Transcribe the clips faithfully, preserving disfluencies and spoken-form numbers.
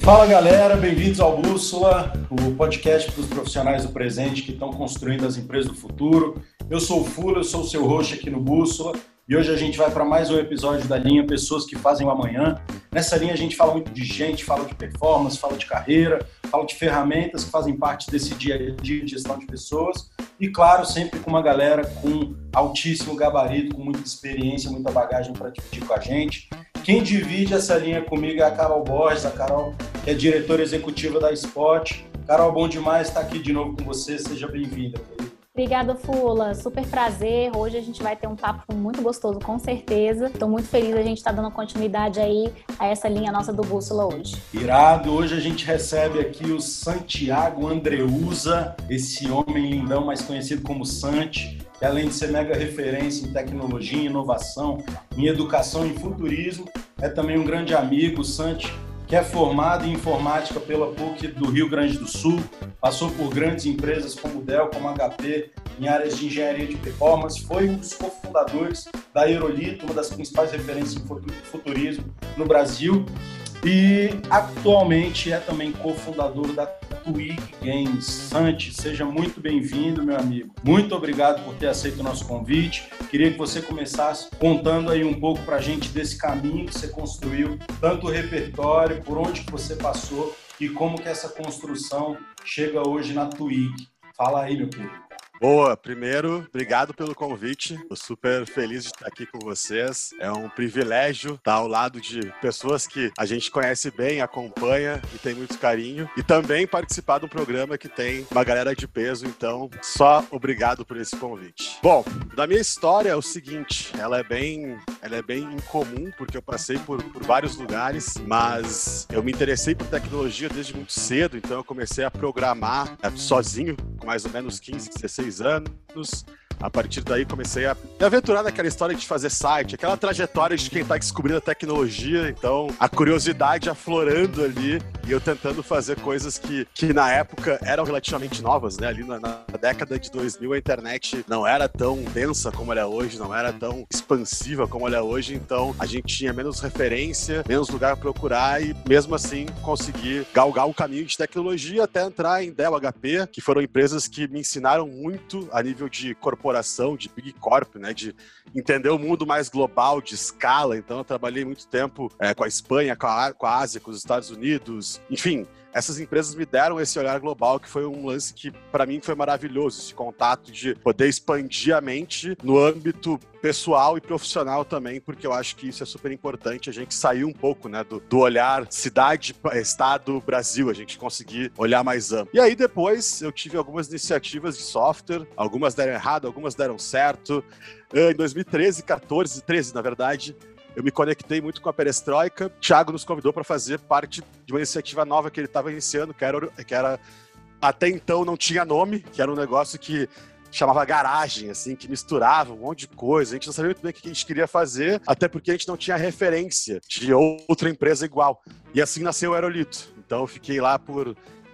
Fala galera, bem-vindos ao Bússola, o podcast para os profissionais do presente que estão construindo as empresas do futuro. Eu sou o Fula, eu sou o seu host aqui no Bússola e hoje a gente vai para mais um episódio da linha Pessoas que Fazem o Amanhã. Nessa linha a gente fala muito de gente, fala de performance, fala de carreira, fala de ferramentas que fazem parte desse dia a dia de gestão de pessoas e, claro, sempre com uma galera com altíssimo gabarito, com muita experiência, muita bagagem para dividir com a gente. Quem divide essa linha comigo é a Carol Borges, a Carol que é diretora executiva da Spot. Carol, bom demais estar aqui de novo com você, seja bem-vinda. Obrigada, Fula, super prazer. Hoje a gente vai ter um papo muito gostoso, com certeza. Estou muito feliz a gente estar dando continuidade aí a essa linha nossa do Bússola hoje. Irado, hoje a gente recebe aqui o Santiago Andreuza, esse homem lindão mais conhecido como Santi, que além de ser mega referência em tecnologia, em inovação, em educação e em futurismo, é também um grande amigo. O Santi, que é formado em informática pela P U C do Rio Grande do Sul, passou por grandes empresas como Dell, como H P, em áreas de engenharia de performance, foi um dos cofundadores da Aerolito, uma das principais referências em futurismo no Brasil, e atualmente é também cofundador da Twig Games. Santi, seja muito bem-vindo, meu amigo. Muito obrigado por ter aceito o nosso convite. Queria que você começasse contando aí um pouco para a gente desse caminho que você construiu, tanto o repertório, por onde que você passou e como que essa construção chega hoje na Twig. Fala aí, meu querido. Boa, primeiro, obrigado pelo convite. Estou super feliz de estar aqui com vocês. É um privilégio estar ao lado de pessoas que a gente conhece bem, acompanha e tem muito carinho. E também participar de um programa que tem uma galera de peso, então só obrigado por esse convite. Bom, da minha história é o seguinte, ela é bem, ela é bem incomum, porque eu passei por, por vários lugares, mas eu me interessei por tecnologia desde muito cedo, então eu comecei a programar sozinho, com mais ou menos quinze, dezesseis anos. A partir daí comecei a me aventurar naquela história de fazer site, aquela trajetória de quem está descobrindo a tecnologia, então a curiosidade aflorando ali e eu tentando fazer coisas que, que na época eram relativamente novas, né? Ali na, na década de dois mil a internet não era tão densa como ela é hoje, não era tão expansiva como ela é hoje, então a gente tinha menos referência, menos lugar para procurar e mesmo assim conseguir galgar um caminho de tecnologia até entrar em Dell, H P, que foram empresas que me ensinaram muito a nível de corporação, de Big Corp, né, de entender o mundo mais global, de escala. Então eu trabalhei muito tempo é, com a Espanha, com a, com a Ásia, com os Estados Unidos, enfim. Essas empresas me deram esse olhar global, que foi um lance que, para mim, foi maravilhoso. Esse contato de poder expandir a mente no âmbito pessoal e profissional também, porque eu acho que isso é super importante, a gente sair um pouco, né, do, do olhar cidade, estado, Brasil, a gente conseguir olhar mais amplo. E aí, depois, eu tive algumas iniciativas de software, algumas deram errado, algumas deram certo. Em dois mil e treze, quatorze, treze, na verdade, eu me conectei muito com a Perestroika. O Thiago nos convidou para fazer parte de uma iniciativa nova que ele estava iniciando, que era, que era, até então não tinha nome, que era um negócio que chamava garagem, assim, que misturava um monte de coisa. A gente não sabia muito bem o que a gente queria fazer, até porque a gente não tinha referência de outra empresa igual. E assim nasceu o Aerolito. Então eu fiquei lá por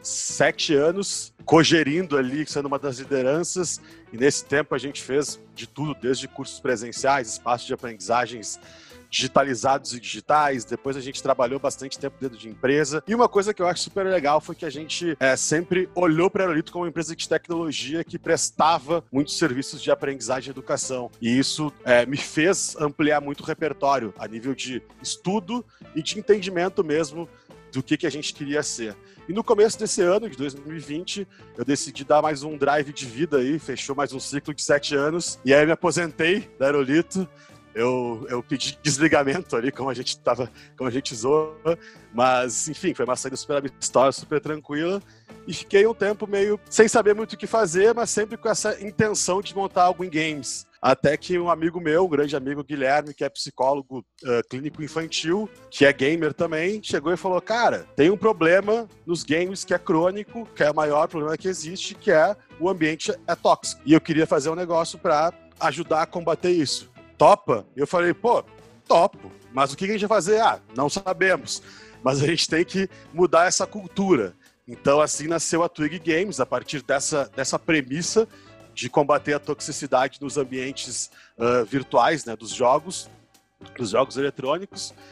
sete anos, cogerindo ali, sendo uma das lideranças, e nesse tempo a gente fez de tudo, desde cursos presenciais, espaços de aprendizagens digitalizados e digitais. Depois a gente trabalhou bastante tempo dentro de empresa. E uma coisa que eu acho super legal foi que a gente é, sempre olhou para a Aerolito como uma empresa de tecnologia que prestava muitos serviços de aprendizagem e educação. E isso é, me fez ampliar muito o repertório a nível de estudo e de entendimento mesmo do que, que a gente queria ser. E no começo desse ano, de dois mil e vinte, eu decidi dar mais um drive de vida aí, fechou mais um ciclo de sete anos, e aí eu me aposentei da Aerolito. Eu, eu pedi desligamento ali, como a gente tava, como a gente usou, mas, enfim, foi uma saída super amistosa, super tranquila, e fiquei um tempo meio sem saber muito o que fazer, mas sempre com essa intenção de montar algo em games. Até que um amigo meu, um grande amigo, Guilherme, que é psicólogo uh, clínico infantil, que é gamer também, chegou e falou, cara, tem um problema nos games que é crônico, que é o maior problema que existe, que é o ambiente é tóxico. E eu queria fazer um negócio para ajudar a combater isso. Topa? Eu falei, pô, topo. Mas o que a gente vai fazer? Ah, não sabemos. Mas a gente tem que mudar essa cultura. Então, assim nasceu a Twig Games, a partir dessa, dessa premissa de combater a toxicidade nos ambientes uh, virtuais, né, dos jogos, dos jogos eletrônicos.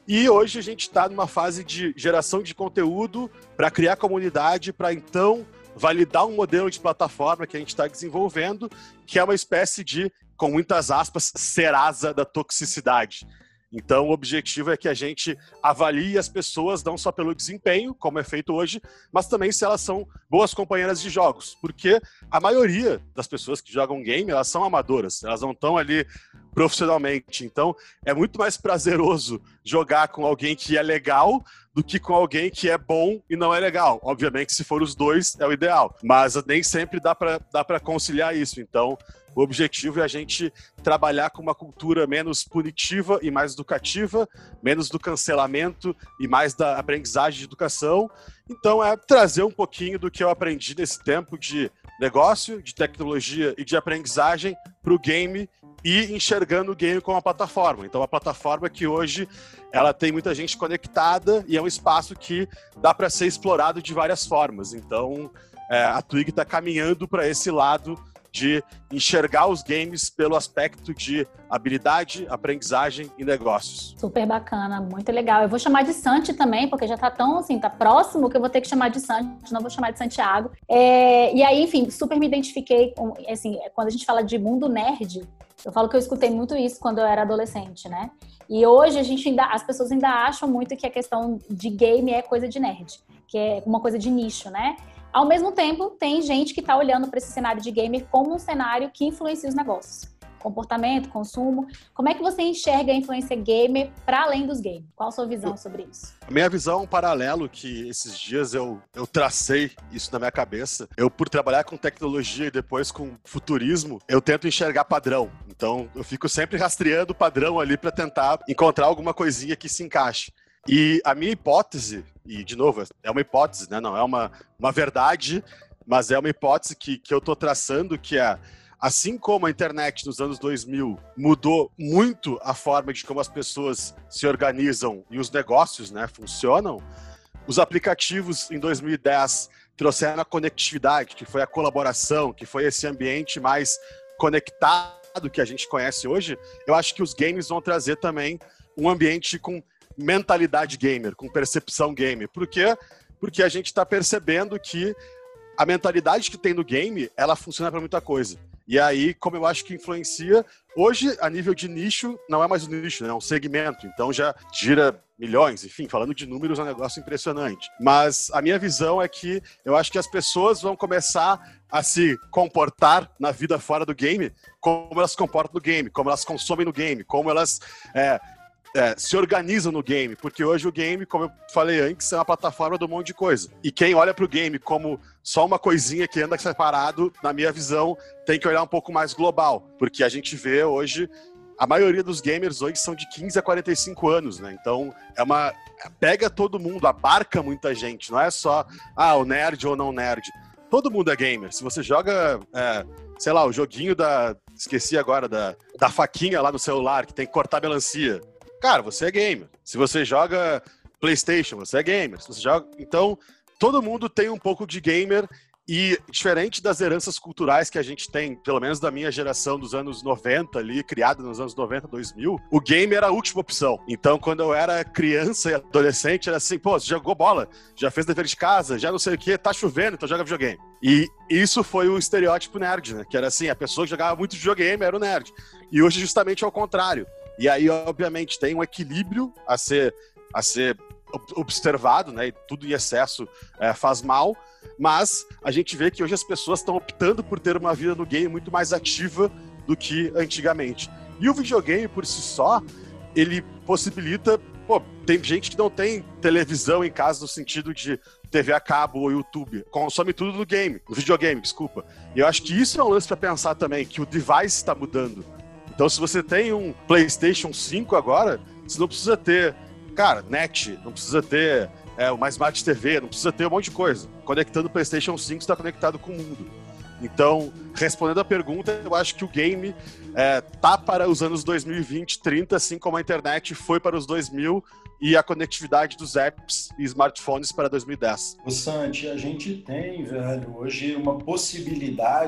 E hoje a gente está numa fase de geração de conteúdo para criar comunidade, para então validar um modelo de plataforma que a gente está desenvolvendo, que é uma espécie de, com muitas aspas, Serasa da toxicidade. Então, o objetivo é que a gente avalie as pessoas não só pelo desempenho, como é feito hoje, mas também se elas são boas companheiras de jogos. Porque a maioria das pessoas que jogam game, elas são amadoras, elas não estão ali profissionalmente. Então, é muito mais prazeroso jogar com alguém que é legal do que com alguém que é bom e não é legal. Obviamente, se for os dois, é o ideal. Mas nem sempre dá para dá para conciliar isso. Então, o objetivo é a gente trabalhar com uma cultura menos punitiva e mais educativa, menos do cancelamento e mais da aprendizagem de educação. Então, é trazer um pouquinho do que eu aprendi nesse tempo de negócio, de tecnologia e de aprendizagem para o game e enxergando o game como uma plataforma. Então, uma plataforma que hoje ela tem muita gente conectada e é um espaço que dá para ser explorado de várias formas. Então, é, a Twig está caminhando para esse lado de enxergar os games pelo aspecto de habilidade, aprendizagem e negócios. Super bacana, muito legal. Eu vou chamar de Santi também, porque já tá tão, assim, tá próximo que eu vou ter que chamar de Santi, não vou chamar de Santiago. É, e aí, enfim, super me identifiquei com, assim, quando a gente fala de mundo nerd, eu falo que eu escutei muito isso quando eu era adolescente, né? E hoje a gente ainda, as pessoas ainda acham muito que a questão de game é coisa de nerd, que é uma coisa de nicho, né? Ao mesmo tempo, tem gente que está olhando para esse cenário de gamer como um cenário que influencia os negócios. Comportamento, consumo. Como é que você enxerga a influência gamer para além dos games? Qual a sua visão sobre isso? A minha visão é um paralelo que esses dias eu, eu tracei isso na minha cabeça. Eu, por trabalhar com tecnologia e depois com futurismo, eu tento enxergar padrão. Então, eu fico sempre rastreando o padrão ali para tentar encontrar alguma coisinha que se encaixe. E a minha hipótese, e de novo, é uma hipótese, né? Não é uma, uma verdade, mas é uma hipótese que, que eu estou traçando, que é, assim como a internet nos anos dois mil mudou muito a forma de como as pessoas se organizam e os negócios, né, funcionam, os aplicativos em dois mil e dez trouxeram a conectividade, que foi a colaboração, que foi esse ambiente mais conectado que a gente conhece hoje. Eu acho que os games vão trazer também um ambiente com mentalidade gamer, com percepção gamer. Por quê? Porque a gente está percebendo que a mentalidade que tem no game, ela funciona para muita coisa. E aí, como eu acho que influencia, hoje, a nível de nicho, não é mais um nicho, né? É um segmento. Então já gira milhões, enfim, falando de números é um negócio impressionante. Mas a minha visão é que eu acho que as pessoas vão começar a se comportar na vida fora do game como elas se comportam no game, como elas consomem no game, como elas é, É, se organizam no game, porque hoje o game, como eu falei antes, é uma plataforma de um monte de coisa. E quem olha pro game como só uma coisinha que anda separado, na minha visão, tem que olhar um pouco mais global, porque a gente vê hoje, a maioria dos gamers hoje são de quinze a quarenta e cinco anos, né? Então, é uma... pega todo mundo, abarca muita gente, não é só, ah, o nerd ou não nerd. Todo mundo é gamer. Se você joga, é, sei lá, o joguinho da... esqueci agora, da, da faquinha lá no celular, que tem que cortar melancia. Cara, você é gamer. Se você joga PlayStation, você é gamer. Se você joga... Então, todo mundo tem um pouco de gamer e, diferente das heranças culturais que a gente tem, pelo menos da minha geração dos anos noventa ali, criada nos anos noventa, dois mil, o game era a última opção. Então, quando eu era criança e adolescente, era assim, pô, você jogou bola, já fez dever de casa, já não sei o quê, tá chovendo, então joga videogame. E isso foi o estereótipo nerd, né? Que era assim, a pessoa que jogava muito videogame era o nerd. E hoje, justamente, é o contrário. E aí, obviamente, tem um equilíbrio a ser, a ser observado, né? E tudo em excesso é, faz mal, mas a gente vê que hoje as pessoas estão optando por ter uma vida no game muito mais ativa do que antigamente. E o videogame, por si só, ele possibilita... Pô, tem gente que não tem televisão em casa no sentido de T V a cabo ou YouTube. Consome tudo no game, no videogame, desculpa. E eu acho que isso é um lance para pensar também, que o device está mudando. Então, se você tem um PlayStation cinco agora, você não precisa ter, cara, net, não precisa ter é, uma Smart T V, não precisa ter um monte de coisa. Conectando o PlayStation cinco, você está conectado com o mundo. Então, respondendo a pergunta, eu acho que o game é, tá para os anos dois mil e vinte, trinta, assim como a internet foi para os dois mil e a conectividade dos apps e smartphones para dois mil e dez. O Santi, a gente tem, velho, hoje uma possibilidade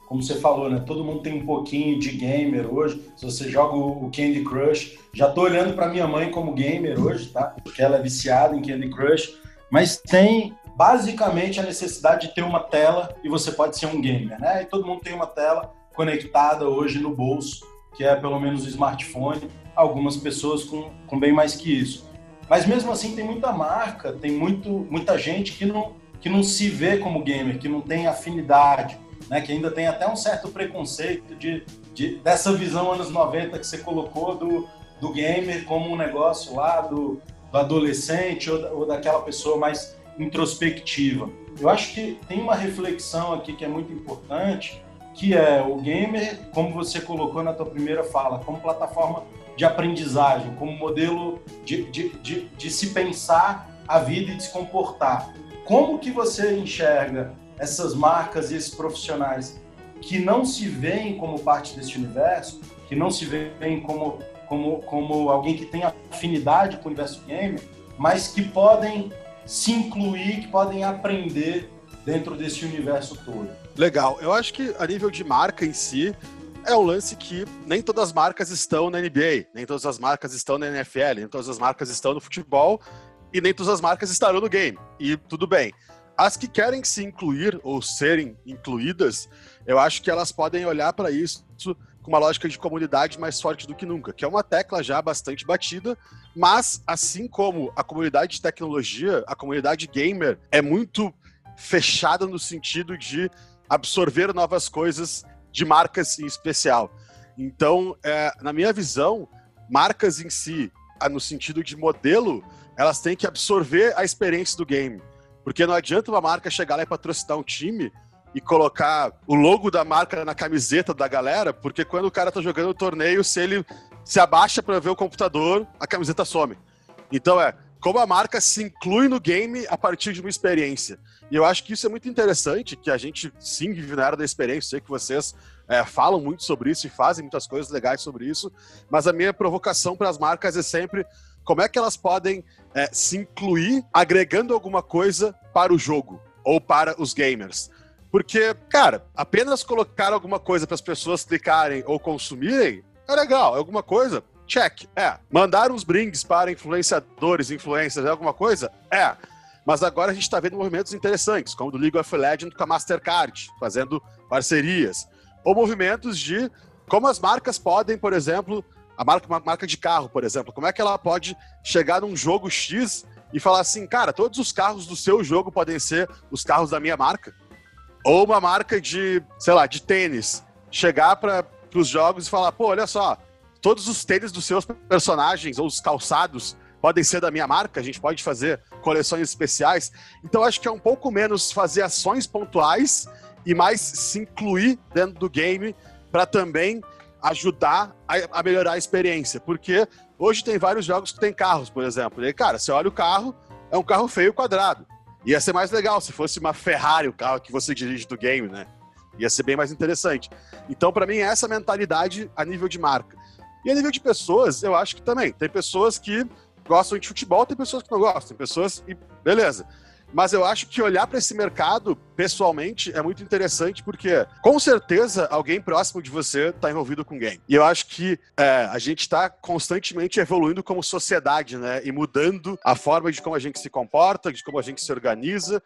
como você falou, né? Todo mundo tem um pouquinho de gamer hoje. Se você joga o Candy Crush, já tô olhando para minha mãe como gamer hoje, tá? Porque ela é viciada em Candy Crush, mas tem basicamente a necessidade de ter uma tela e você pode ser um gamer, né? E todo mundo tem uma tela conectada hoje no bolso, que é pelo menos o smartphone, algumas pessoas com, com bem mais que isso. Mas mesmo assim tem muita marca, tem muito, muita gente que não, que não se vê como gamer, que não tem afinidade, né? Que ainda tem até um certo preconceito de, de, dessa visão anos noventa que você colocou do, do gamer como um negócio lá do, do adolescente ou, ou daquela pessoa mais introspectiva. Eu acho que tem uma reflexão aqui que é muito importante, que é o gamer, como você colocou na tua primeira fala, como plataforma de aprendizagem, como modelo de, de, de, de se pensar a vida e de se comportar. Como que você enxerga essas marcas e esses profissionais que não se veem como parte desse universo, que não se veem como, como, como alguém que tem afinidade com o universo gamer, mas que podem se incluir, que podem aprender dentro desse universo todo? Legal. Eu acho que a nível de marca em si, é um lance que nem todas as marcas estão na N B A, nem todas as marcas estão na N F L, nem todas as marcas estão no futebol e nem todas as marcas estarão no game. E tudo bem. As que querem se incluir ou serem incluídas, eu acho que elas podem olhar para isso com uma lógica de comunidade mais forte do que nunca, que é uma tecla já bastante batida, mas assim como a comunidade de tecnologia, a comunidade gamer é muito fechada no sentido de absorver novas coisas de marcas em especial. Então, é, na minha visão, marcas em si, no sentido de modelo, elas têm que absorver a experiência do game. Porque não adianta uma marca chegar lá e patrocinar um time e colocar o logo da marca na camiseta da galera, porque quando o cara tá jogando o torneio, se ele se abaixa para ver o computador, a camiseta some. Então é, como a marca se inclui no game a partir de uma experiência. E eu acho que isso é muito interessante, que a gente sim vive na era da experiência, sei que vocês é, falam muito sobre isso e fazem muitas coisas legais sobre isso, mas a minha provocação para as marcas é sempre como é que elas podem é, se incluir agregando alguma coisa para o jogo ou para os gamers. Porque, cara, apenas colocar alguma coisa para as pessoas clicarem ou consumirem é legal, é alguma coisa, check, é. Mandar uns brindes para influenciadores, influencers, é alguma coisa? É. Mas agora a gente está vendo movimentos interessantes, como o do League of Legends com a Mastercard, fazendo parcerias. Ou movimentos de como as marcas podem, por exemplo, a marca, uma marca de carro, por exemplo, como é que ela pode chegar num jogo X e falar assim, cara, todos os carros do seu jogo podem ser os carros da minha marca? Ou uma marca de, sei lá, de tênis, chegar para os jogos e falar, pô, olha só, todos os tênis dos seus personagens ou os calçados podem ser da minha marca, a gente pode fazer coleções especiais. Então, acho que é um pouco menos fazer ações pontuais e mais se incluir dentro do game para também ajudar a, a melhorar a experiência. Porque hoje tem vários jogos que tem carros, por exemplo. E, cara, você olha o carro, é um carro feio quadrado. Ia ser mais legal se fosse uma Ferrari o carro que você dirige do game, né? Ia ser bem mais interessante. Então, para mim, é essa mentalidade a nível de marca. E a nível de pessoas, eu acho que também. Tem pessoas que gostam de futebol, tem pessoas que não gostam, tem pessoas e beleza. Mas eu acho que olhar para esse mercado, pessoalmente, é muito interessante, porque, com certeza, alguém próximo de você está envolvido com game. E eu acho que é, a gente está constantemente evoluindo como sociedade, né? E mudando a forma de como a gente se comporta, de como a gente se organiza.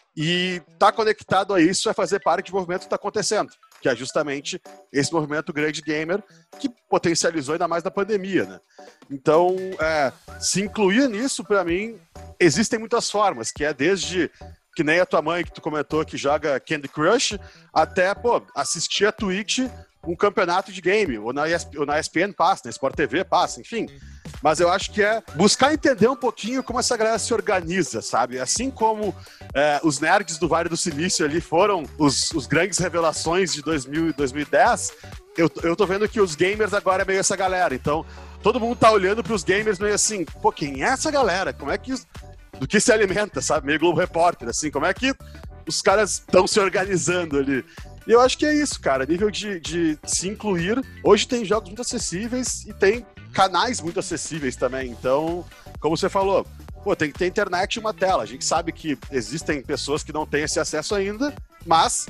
E estar tá conectado a isso é fazer parte do movimento que está acontecendo, que é justamente esse movimento grande gamer que potencializou ainda mais na pandemia, né? Então, é, se incluir nisso, para mim, existem muitas formas, que é desde, que nem a tua mãe que tu comentou que joga Candy Crush, até, pô, assistir a Twitch um campeonato de game, ou na, E S P, ou na E S P N passa, na Sport T V passa, enfim. Mas eu acho que é buscar entender um pouquinho como essa galera se organiza, sabe? Assim como é, os nerds do Vale do Silício ali foram os, os grandes revelações de dois mil e dois mil e dez, eu, eu tô vendo que os gamers agora é meio essa galera. Então, todo mundo tá olhando pros gamers meio assim, pô, quem é essa galera? Como é que... Do que se alimenta, sabe? Meio Globo Repórter, assim, como é que os caras estão se organizando ali? E eu acho que é isso, cara. Nível de, de se incluir. Hoje tem jogos muito acessíveis e tem canais muito acessíveis também. Então, como você falou, pô, tem que ter internet e uma tela. A gente sabe que existem pessoas que não têm esse acesso ainda, mas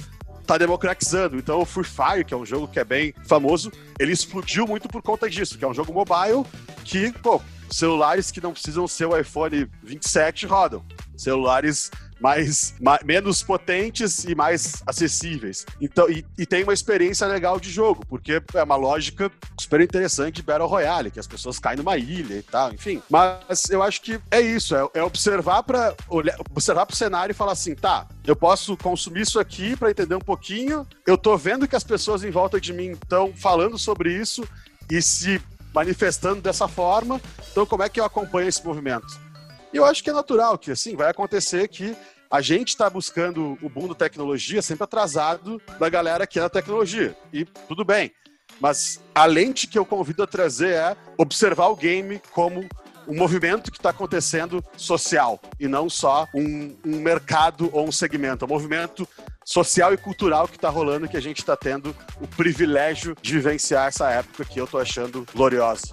tá democratizando. Então o Free Fire, que é um jogo que é bem famoso, ele explodiu muito por conta disso, que é um jogo mobile que, pô, celulares que não precisam ser o iPhone vinte e sete rodam. Celulares mais, mais, menos potentes e mais acessíveis. Então, e, e tem uma experiência legal de jogo, porque é uma lógica super interessante de Battle Royale, que as pessoas caem numa ilha e tal, enfim. Mas eu acho que é isso, é, é observar para observar pro cenário e falar assim, tá, eu posso consumir isso aqui para entender um pouquinho, eu tô vendo que as pessoas em volta de mim estão falando sobre isso e se manifestando dessa forma, então como é que eu acompanho esse movimento? E eu acho que é natural que, assim, vai acontecer que a gente está buscando o boom da tecnologia sempre atrasado da galera que é da tecnologia. E tudo bem. Mas a lente que eu convido a trazer é observar o game como um movimento que está acontecendo social e não só um, um mercado ou um segmento. É um movimento social e cultural que está rolando, que a gente está tendo o privilégio de vivenciar essa época que eu estou achando gloriosa.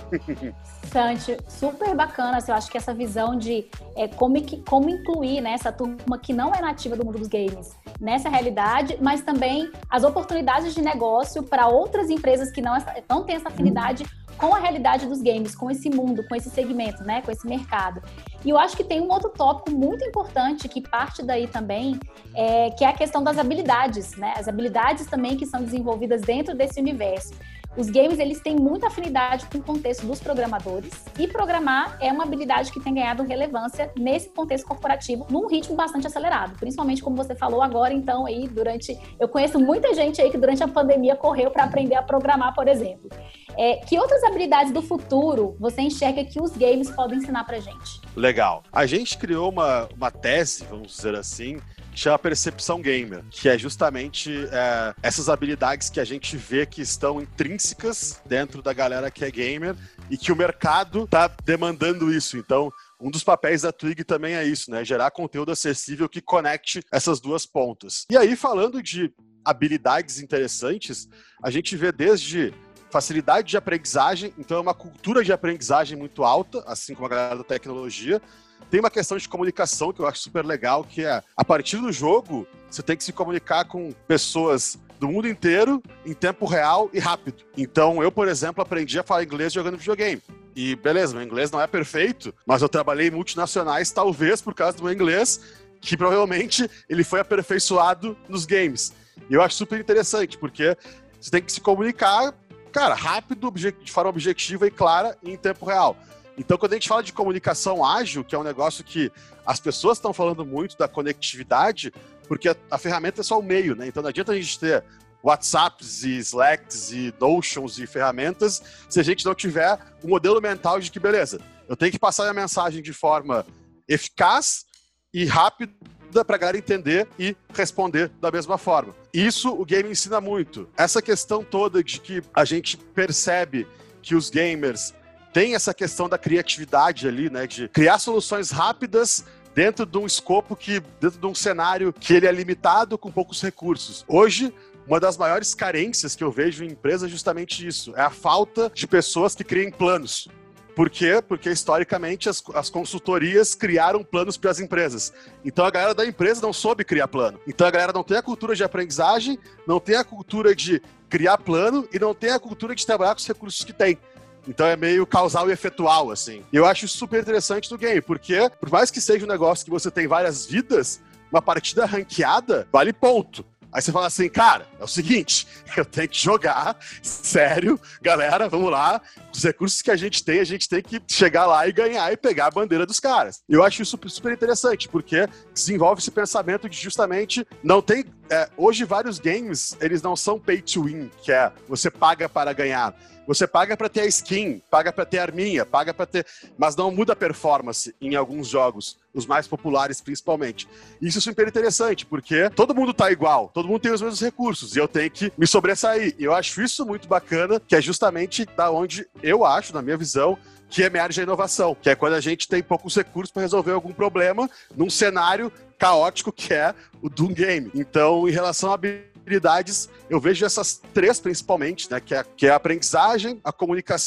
Santi, super bacana, assim, eu acho que essa visão de é, como, como incluir, né, essa turma que não é nativa do mundo dos games nessa realidade, mas também as oportunidades de negócio para outras empresas que não, não têm essa afinidade com a realidade dos games, com esse mundo, com esse segmento, né, com esse mercado. E eu acho que tem um outro tópico muito importante que parte daí também, é, que é a questão das habilidades, né, as habilidades também que são desenvolvidas dentro desse universo. Os games, eles têm muita afinidade com o contexto dos programadores e programar é uma habilidade que tem ganhado relevância nesse contexto corporativo num ritmo bastante acelerado, principalmente como você falou agora, então, aí durante... Eu conheço muita gente aí que durante a pandemia correu para aprender a programar, por exemplo. É, que outras habilidades do futuro você enxerga que os games podem ensinar pra gente? Legal. A gente criou uma, uma tese, vamos dizer assim, que chama Percepção Gamer, que é justamente é, essas habilidades que a gente vê que estão intrínsecas dentro da galera que é gamer e que o mercado tá demandando isso. Então, um dos papéis da Twig também é isso, né? Gerar conteúdo acessível que conecte essas duas pontas. E aí, falando de habilidades interessantes, a gente vê desde facilidade de aprendizagem, então é uma cultura de aprendizagem muito alta, assim como a galera da tecnologia. Tem uma questão de comunicação que eu acho super legal, que é, a partir do jogo, você tem que se comunicar com pessoas do mundo inteiro, em tempo real e rápido. Então, eu, por exemplo, aprendi a falar inglês jogando videogame. E, beleza, meu inglês não é perfeito, mas eu trabalhei em multinacionais, talvez por causa do meu inglês, que provavelmente ele foi aperfeiçoado nos games. E eu acho super interessante, porque você tem que se comunicar, cara, rápido, de forma objetiva e clara e em tempo real. Então, quando a gente fala de comunicação ágil, que é um negócio que as pessoas estão falando muito da conectividade, porque a, a ferramenta é só o meio, né? Então, não adianta a gente ter WhatsApps e Slacks e Notions e ferramentas se a gente não tiver um modelo mental de que, beleza, eu tenho que passar a mensagem de forma eficaz e rápida para a galera entender e responder da mesma forma. Isso o game ensina muito. Essa questão toda de que a gente percebe que os gamers têm essa questão da criatividade ali, né, de criar soluções rápidas dentro de um escopo que, dentro de um cenário que ele é limitado com poucos recursos. Hoje, uma das maiores carências que eu vejo em empresas é justamente isso, é a falta de pessoas que criem planos. Por quê? Porque, historicamente, as, as consultorias criaram planos para as empresas. Então, a galera da empresa não soube criar plano. Então, a galera não tem a cultura de aprendizagem, não tem a cultura de criar plano e não tem a cultura de trabalhar com os recursos que tem. Então é meio causal e efetual, assim. E eu acho isso super interessante no game, porque por mais que seja um negócio que você tem várias vidas, uma partida ranqueada vale ponto. Aí você fala assim, cara, é o seguinte, eu tenho que jogar, sério, galera, vamos lá, os recursos que a gente tem, a gente tem que chegar lá e ganhar e pegar a bandeira dos caras. Eu acho isso super interessante, porque desenvolve esse pensamento de justamente, não tem, é, hoje vários games, eles não são pay to win, que é, você paga para ganhar. Você paga para ter a skin, paga para ter a arminha, paga para ter... Mas não muda a performance em alguns jogos, os mais populares principalmente. Isso é super interessante, porque todo mundo tá igual, todo mundo tem os mesmos recursos, e eu tenho que me sobressair. E eu acho isso muito bacana, que é justamente da onde eu acho, na minha visão, que emerge a inovação, que é quando a gente tem poucos recursos para resolver algum problema num cenário caótico que é o Doom Game. Então, em relação a habilidades, eu vejo essas três principalmente, né, que é, que é a aprendizagem, a comunicação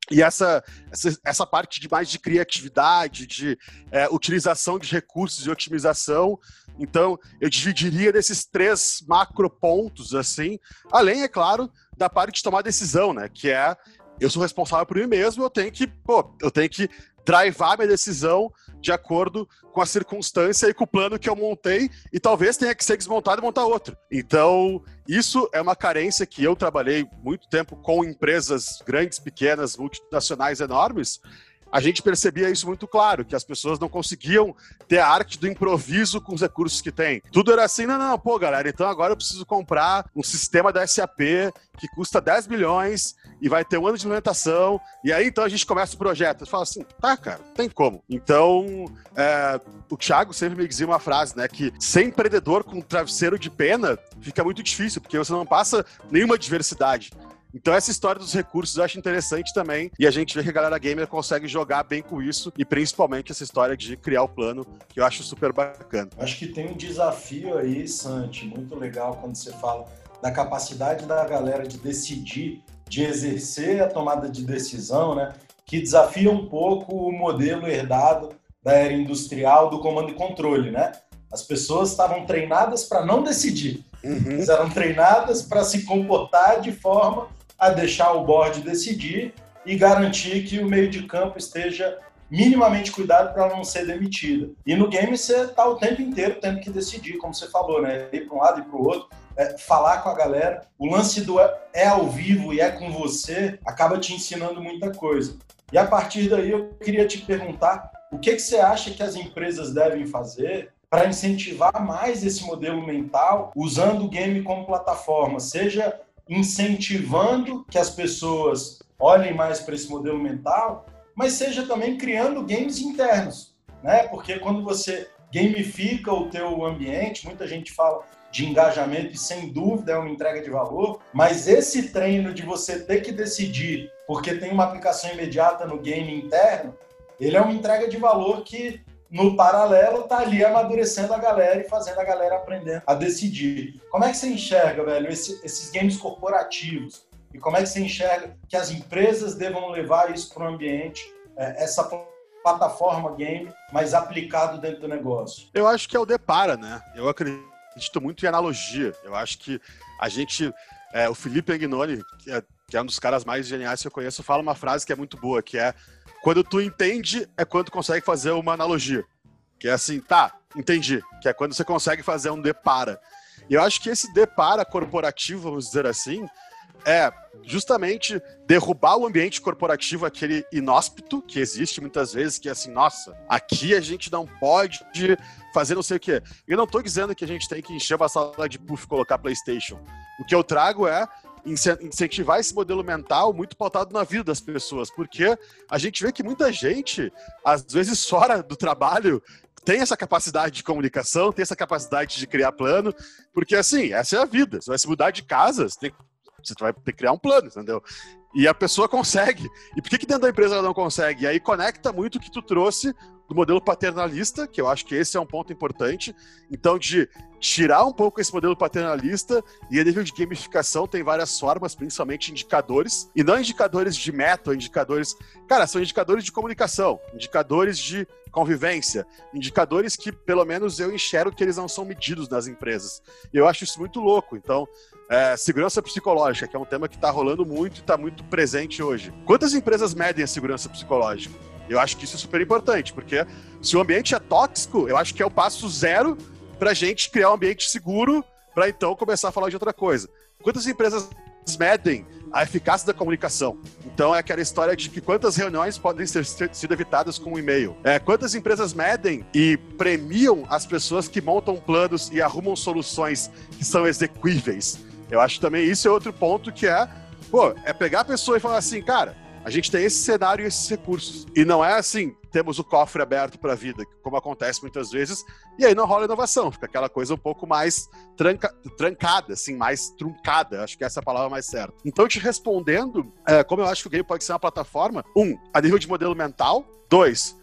E essa, essa, essa parte de mais de criatividade, de é, utilização de recursos e otimização. Então, eu dividiria desses três macro pontos, assim, além, é claro, da parte de tomar decisão, né? Que é, eu sou responsável por mim mesmo, eu tenho que, pô, eu tenho que drivar minha decisão de acordo com a circunstância e com o plano que eu montei, e talvez tenha que ser desmontado e montar outro. Então, isso é uma carência que eu trabalhei muito tempo com empresas grandes, pequenas, multinacionais enormes. A gente percebia isso muito claro, que as pessoas não conseguiam ter a arte do improviso com os recursos que têm. Tudo era assim, não, não, pô, galera, então agora eu preciso comprar um sistema da S A P que custa dez milhões e vai ter um ano de implementação, e aí então a gente começa o projeto. Eu falo assim, tá, cara, tem como. Então, é, o Thiago sempre me dizia uma frase, né, que ser empreendedor com travesseiro de pena fica muito difícil, porque você não passa nenhuma diversidade. Então essa história dos recursos eu acho interessante também, e a gente vê que a galera gamer consegue jogar bem com isso, e principalmente essa história de criar o plano, que eu acho super bacana. Acho que tem um desafio aí, Santi, muito legal quando você fala da capacidade da galera de decidir, de exercer a tomada de decisão, né? Que desafia um pouco o modelo herdado da era industrial do comando e controle, né? As pessoas estavam treinadas para não decidir, uhum. Elas eram treinadas para se comportar de forma a deixar o board decidir e garantir que o meio de campo esteja minimamente cuidado para não ser demitida. E no game você está o tempo inteiro tendo que decidir, como você falou, né? Ir para um lado e para o outro, é, falar com a galera. O lance do é ao vivo e é com você acaba te ensinando muita coisa. E a partir daí eu queria te perguntar o que, que você acha que as empresas devem fazer para incentivar mais esse modelo mental usando o game como plataforma, seja incentivando que as pessoas olhem mais para esse modelo mental, mas seja também criando games internos, né? Porque quando você gamifica o teu ambiente, muita gente fala de engajamento e sem dúvida é uma entrega de valor, mas esse treino de você ter que decidir porque tem uma aplicação imediata no game interno, ele é uma entrega de valor que no paralelo, tá ali amadurecendo a galera e fazendo a galera aprender a decidir. Como é que você enxerga, velho, esse, esses games corporativos? E como é que você enxerga que as empresas devam levar isso para o ambiente, é, essa plataforma game, mas aplicado dentro do negócio? Eu acho que é o depara, né? Eu acredito muito em analogia. Eu acho que a gente... É, o Felipe Agnoni, que é, que é um dos caras mais geniais que eu conheço, fala uma frase que é muito boa, que é: quando tu entende, é quando tu consegue fazer uma analogia. Que é assim, tá, entendi. Que é quando você consegue fazer um depara. E eu acho que esse depara corporativo, vamos dizer assim, é justamente derrubar o ambiente corporativo, aquele inóspito que existe muitas vezes, que é assim, nossa, aqui a gente não pode fazer não sei o quê. Eu não tô dizendo que a gente tem que encher uma sala de puff e colocar PlayStation. O que eu trago é incentivar esse modelo mental muito pautado na vida das pessoas, porque a gente vê que muita gente, às vezes fora do trabalho, tem essa capacidade de comunicação, tem essa capacidade de criar plano, porque assim, essa é a vida. Você vai se mudar de casa, você, tem, você vai ter que criar um plano, entendeu? E a pessoa consegue. E por que que dentro da empresa ela não consegue? E aí conecta muito o que tu trouxe do modelo paternalista, que eu acho que esse é um ponto importante. Então, de tirar um pouco esse modelo paternalista, e a nível de gamificação tem várias formas, principalmente indicadores, e não indicadores de meta, indicadores... Cara, são indicadores de comunicação, indicadores de convivência, indicadores que, pelo menos, eu enxergo que eles não são medidos nas empresas. E eu acho isso muito louco. Então, é, segurança psicológica, que é um tema que está rolando muito e está muito presente hoje. Quantas empresas medem a segurança psicológica? Eu acho que isso é super importante, porque se o ambiente é tóxico, eu acho que é o passo zero para a gente criar um ambiente seguro para então começar a falar de outra coisa. Quantas empresas medem a eficácia da comunicação? Então é aquela história de que quantas reuniões podem ser sido evitadas com um e-mail. É, quantas empresas medem e premiam as pessoas que montam planos e arrumam soluções que são execuíveis? Eu acho também isso é outro ponto que é, pô, é pegar a pessoa e falar assim, cara, a gente tem esse cenário e esses recursos. E não é assim, temos o cofre aberto para a vida, como acontece muitas vezes, e aí não rola inovação, fica aquela coisa um pouco mais tranca, trancada, assim, mais truncada, acho que essa é a palavra mais certa. Então, te respondendo, é, como eu acho que o game pode ser uma plataforma, um, a nível de modelo mental, dois,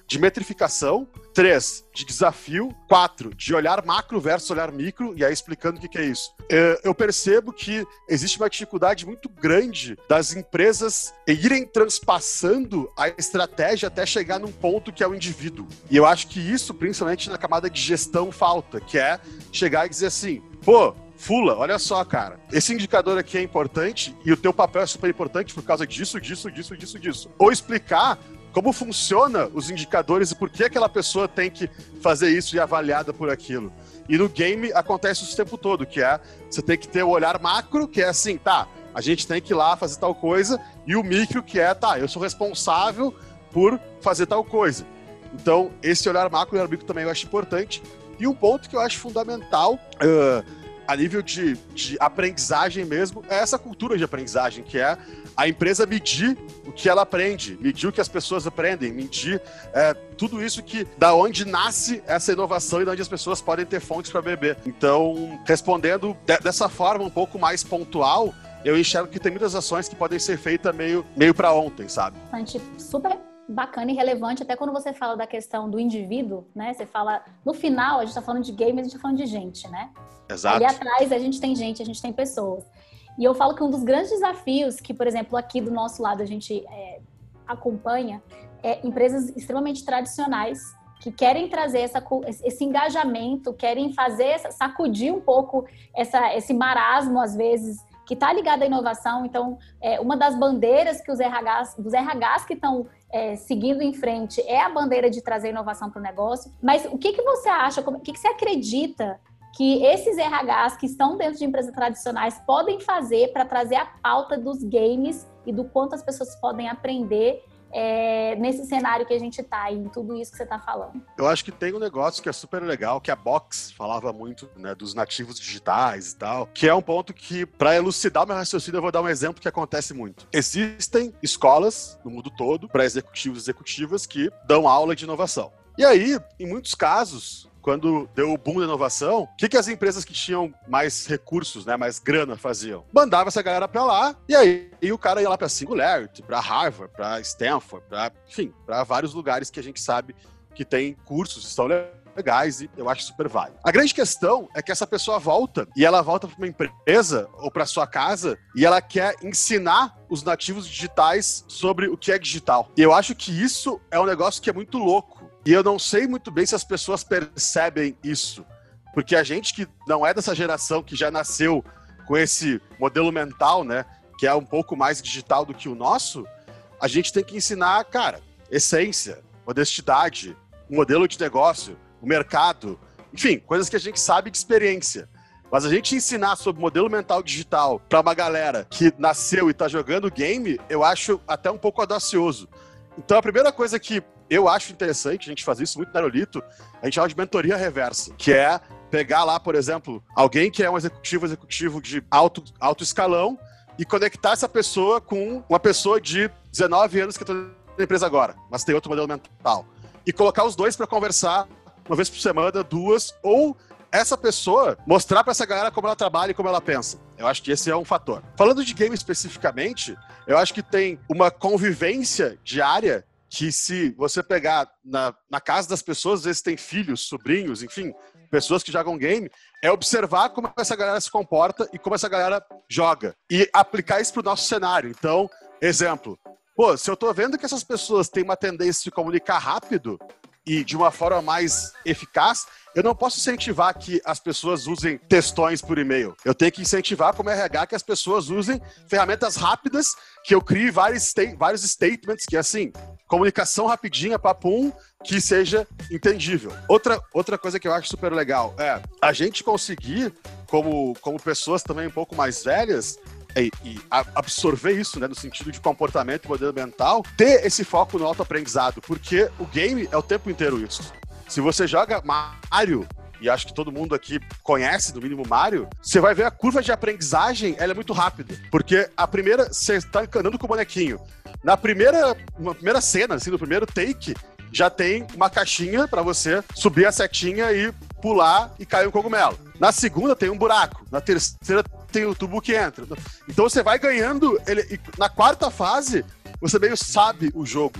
de metrificação, três, de desafio, quatro, de olhar macro versus olhar micro, e aí explicando o que, que é isso. Eu percebo que existe uma dificuldade muito grande das empresas irem transpassando a estratégia até chegar num ponto que é o indivíduo. E eu acho que isso, principalmente na camada de gestão, falta, que é chegar e dizer assim, pô, Fula, olha só, cara, esse indicador aqui é importante e o teu papel é super importante por causa disso, disso, disso, disso, disso. Ou explicar como funciona os indicadores e por que aquela pessoa tem que fazer isso e é avaliada por aquilo. E no game acontece isso o tempo todo, que é, você tem que ter o olhar macro, que é assim, tá, a gente tem que ir lá fazer tal coisa, e o micro, que é, tá, eu sou responsável por fazer tal coisa. Então, esse olhar macro e olhar micro também eu acho importante. E um ponto que eu acho fundamental, uh, a nível de, de aprendizagem mesmo, é essa cultura de aprendizagem, que é a empresa medir o que ela aprende, medir o que as pessoas aprendem, medir é, tudo isso que, da onde nasce essa inovação e da onde as pessoas podem ter fontes para beber. Então, respondendo de, dessa forma um pouco mais pontual, eu enxergo que tem muitas ações que podem ser feitas meio, meio para ontem, sabe? Super bacana e relevante, até quando você fala da questão do indivíduo, né? Você fala, no final, a gente tá falando de game, a gente tá falando de gente, né? Exato. Ali atrás a gente tem gente, a gente tem pessoas. E eu falo que um dos grandes desafios que, por exemplo, aqui do nosso lado a gente é, acompanha é empresas extremamente tradicionais que querem trazer essa, esse engajamento, querem fazer, sacudir um pouco essa, esse marasmo, às vezes, que está ligado à inovação. Então, é, uma das bandeiras que os R Hs, dos R Hs que estão é, seguindo em frente é a bandeira de trazer inovação para o negócio. Mas o que, que você acha, o que, que você acredita que esses R Hs que estão dentro de empresas tradicionais podem fazer para trazer a pauta dos games e do quanto as pessoas podem aprender é, nesse cenário que a gente está, em tudo isso que você está falando? Eu acho que tem um negócio que é super legal, que a Box falava muito, né, dos nativos digitais e tal, que é um ponto que, para elucidar o meu raciocínio, eu vou dar um exemplo que acontece muito. Existem escolas no mundo todo para executivos e executivas que dão aula de inovação. E aí, em muitos casos, quando deu o boom da inovação, o que, que as empresas que tinham mais recursos, né, mais grana faziam? Mandava essa galera pra lá, e aí e o cara ia lá pra Singularity, pra Harvard, pra Stanford, pra, enfim, pra vários lugares que a gente sabe que tem cursos, estão legais e eu acho super válido. A grande questão é que essa pessoa volta, e ela volta pra uma empresa ou pra sua casa, e ela quer ensinar os nativos digitais sobre o que é digital. E eu acho que isso é um negócio que é muito louco. E eu não sei muito bem se as pessoas percebem isso. Porque a gente que não é dessa geração, que já nasceu com esse modelo mental, né, que é um pouco mais digital do que o nosso, a gente tem que ensinar, cara, essência, honestidade, um modelo de negócio, o mercado, enfim, coisas que a gente sabe de experiência. Mas a gente ensinar sobre modelo mental digital para uma galera que nasceu e está jogando game, eu acho até um pouco audacioso. Então a primeira coisa que eu acho interessante, a gente faz isso muito na Aerolito, a gente chama de mentoria reversa, que é pegar lá, por exemplo, alguém que é um executivo, executivo de alto, alto escalão e conectar essa pessoa com uma pessoa de dezenove anos que está na empresa agora, mas tem outro modelo mental. E colocar os dois para conversar uma vez por semana, duas, ou essa pessoa mostrar para essa galera como ela trabalha e como ela pensa. Eu acho que esse é um fator. Falando de game especificamente, eu acho que tem uma convivência diária que, se você pegar na, na casa das pessoas, às vezes tem filhos, sobrinhos, enfim, pessoas que jogam game, é observar como essa galera se comporta e como essa galera joga. E aplicar isso pro nosso cenário. Então, exemplo, pô, se eu tô vendo que essas pessoas têm uma tendência de se comunicar rápido e de uma forma mais eficaz, eu não posso incentivar que as pessoas usem textões por e-mail. Eu tenho que incentivar como R H que as pessoas usem ferramentas rápidas, que eu crie vários, sta- vários statements, que é assim, comunicação rapidinha, papum, que seja entendível. Outra, outra coisa que eu acho super legal é a gente conseguir, como, como pessoas também um pouco mais velhas, E, e absorver isso, né, no sentido de comportamento e modelo mental, ter esse foco no autoaprendizado, porque o game é o tempo inteiro isso. Se você joga Mario, e acho que todo mundo aqui conhece, no mínimo, Mario, você vai ver a curva de aprendizagem, ela é muito rápida, porque a primeira, você está andando com o bonequinho, na primeira, na primeira cena, assim, no primeiro take, já tem uma caixinha para você subir a setinha e pular e cair um cogumelo. Na segunda tem um buraco, na terceira tem o tubo que entra. Então você vai ganhando, ele, na quarta fase, você meio sabe o jogo.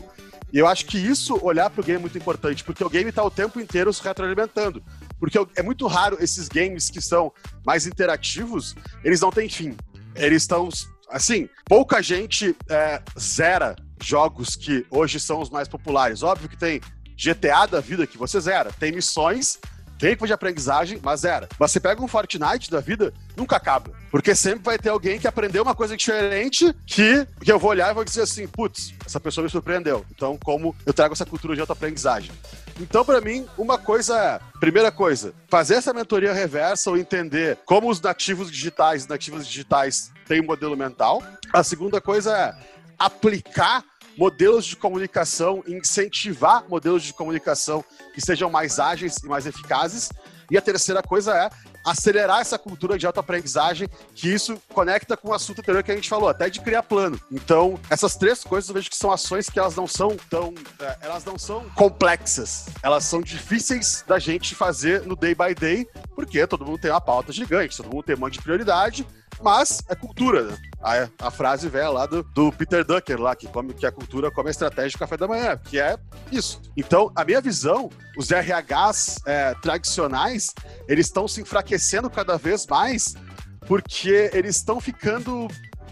E eu acho que isso, olhar pro game é muito importante, porque o game tá o tempo inteiro se retroalimentando. Porque é muito raro esses games que são mais interativos, eles não têm fim. Eles estão, assim, pouca gente é, zera jogos que hoje são os mais populares. Óbvio que tem G T A da vida que você zera. Tem missões, tem coisa de aprendizagem, mas zera. Mas você pega um Fortnite da vida, nunca acaba. Porque sempre vai ter alguém que aprendeu uma coisa diferente que, que eu vou olhar e vou dizer assim, putz, essa pessoa me surpreendeu. Então, como eu trago essa cultura de autoaprendizagem? Então, pra mim, uma coisa é, primeira coisa, fazer essa mentoria reversa ou entender como os nativos digitais e nativas digitais têm um modelo mental. A segunda coisa é aplicar modelos de comunicação, incentivar modelos de comunicação que sejam mais ágeis e mais eficazes. E a terceira coisa é acelerar essa cultura de autoaprendizagem, que isso conecta com o assunto anterior que a gente falou, até de criar plano. Então, essas três coisas eu vejo que são ações que elas não são tão... É, elas não são complexas. Elas são difíceis da gente fazer no day by day, porque todo mundo tem uma pauta gigante, todo mundo tem um monte de prioridade, mas é cultura, né? A, a frase velha lá do, do Peter Drucker, lá, que, come, que a cultura come a estratégia do café da manhã, que é isso. Então, a minha visão, os R Hs é, tradicionais, eles estão se enfraquecendo cada vez mais, porque eles estão ficando...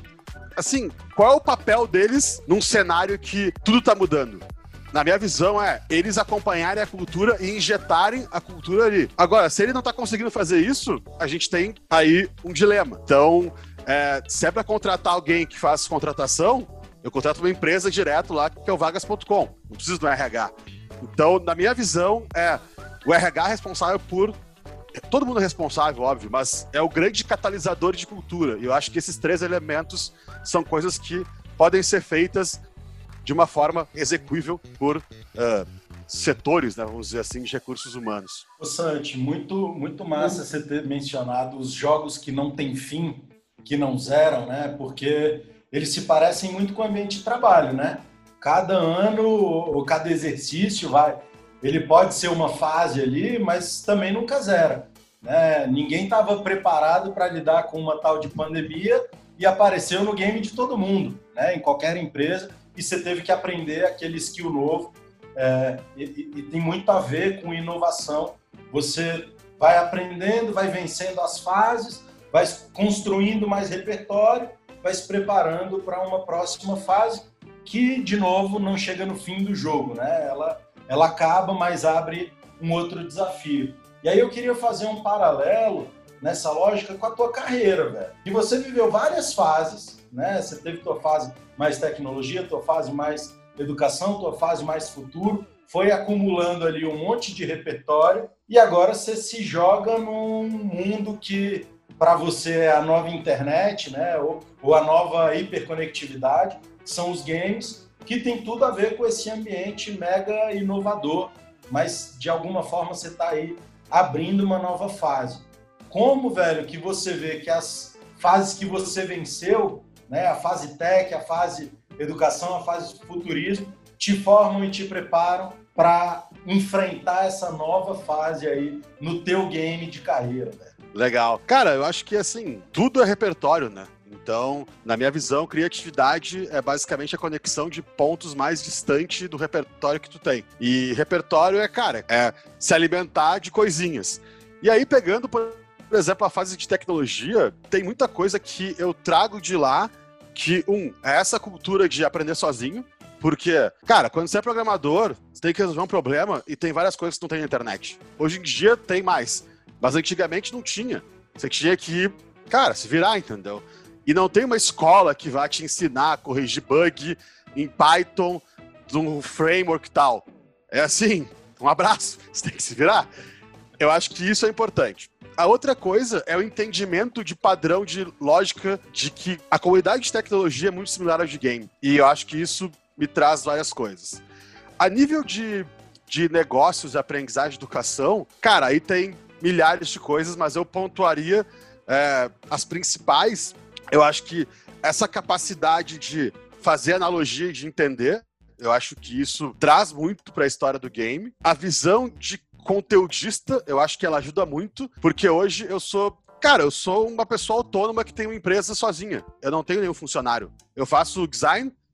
Assim, qual é o papel deles num cenário que tudo tá mudando? Na minha visão é eles acompanharem a cultura e injetarem a cultura ali. Agora, se ele não tá conseguindo fazer isso, a gente tem aí um dilema. Então, é, se é pra contratar alguém que faz contratação, eu contrato uma empresa direto lá, que é o vagas ponto com. Não preciso do R H. Então, na minha visão, é o R H responsável por... Todo mundo é responsável, óbvio, mas é o grande catalisador de cultura. E eu acho que esses três elementos são coisas que podem ser feitas de uma forma execuível por uh, setores, né, vamos dizer assim, de recursos humanos. Ô Santi, muito, muito massa você ter mencionado os jogos que não têm fim, que não zeram, né? Porque eles se parecem muito com o ambiente de trabalho, né? Cada ano ou cada exercício vai... Ele pode ser uma fase ali, mas também nunca zera, né? Ninguém estava preparado para lidar com uma tal de pandemia e apareceu no game de todo mundo, né? Em qualquer empresa. E você teve que aprender aquele skill novo, é, e, e tem muito a ver com inovação. Você vai aprendendo, vai vencendo as fases, vai construindo mais repertório, vai se preparando para uma próxima fase, que, de novo, não chega no fim do jogo, né? Ela, ela acaba, mas abre um outro desafio. E aí eu queria fazer um paralelo nessa lógica com a tua carreira, velho. E você viveu várias fases, né? Você teve tua fase mais tecnologia, tua fase mais educação, tua fase mais futuro, foi acumulando ali um monte de repertório e agora você se joga num mundo que para você é a nova internet, né? Ou, ou a nova hiperconectividade, que são os games, que tem tudo a ver com esse ambiente mega inovador, mas de alguma forma você está aí abrindo uma nova fase. Como, velho, que você vê que as fases que você venceu, né, a fase tech, a fase educação, a fase futurismo, te formam e te preparam para enfrentar essa nova fase aí no teu game de carreira, velho? Legal. Cara, eu acho que, assim, tudo é repertório, né? Então, na minha visão, criatividade é basicamente a conexão de pontos mais distantes do repertório que tu tem. E repertório é, cara, é se alimentar de coisinhas. E aí, pegando, por exemplo, a fase de tecnologia, tem muita coisa que eu trago de lá que, um, é essa cultura de aprender sozinho, porque, cara, quando você é programador, você tem que resolver um problema e tem várias coisas que não tem na internet. Hoje em dia tem mais, mas antigamente não tinha. Você tinha que, cara, se virar, entendeu? E não tem uma escola que vai te ensinar a corrigir bug em Python, de um framework tal. É assim, um abraço, você tem que se virar. Eu acho que isso é importante. A outra coisa é o entendimento de padrão de lógica de que a comunidade de tecnologia é muito similar ao de game. E eu acho que isso me traz várias coisas. A nível de, de negócios, aprendizagem, educação, cara, aí tem milhares de coisas, mas eu pontuaria é, as principais. Eu acho que essa capacidade de fazer analogia e de entender, eu acho que isso traz muito para a história do game. A visão de conteudista, eu acho que ela ajuda muito, porque hoje eu sou... Cara, eu sou uma pessoa autônoma que tem uma empresa sozinha. Eu não tenho nenhum funcionário. Eu faço design,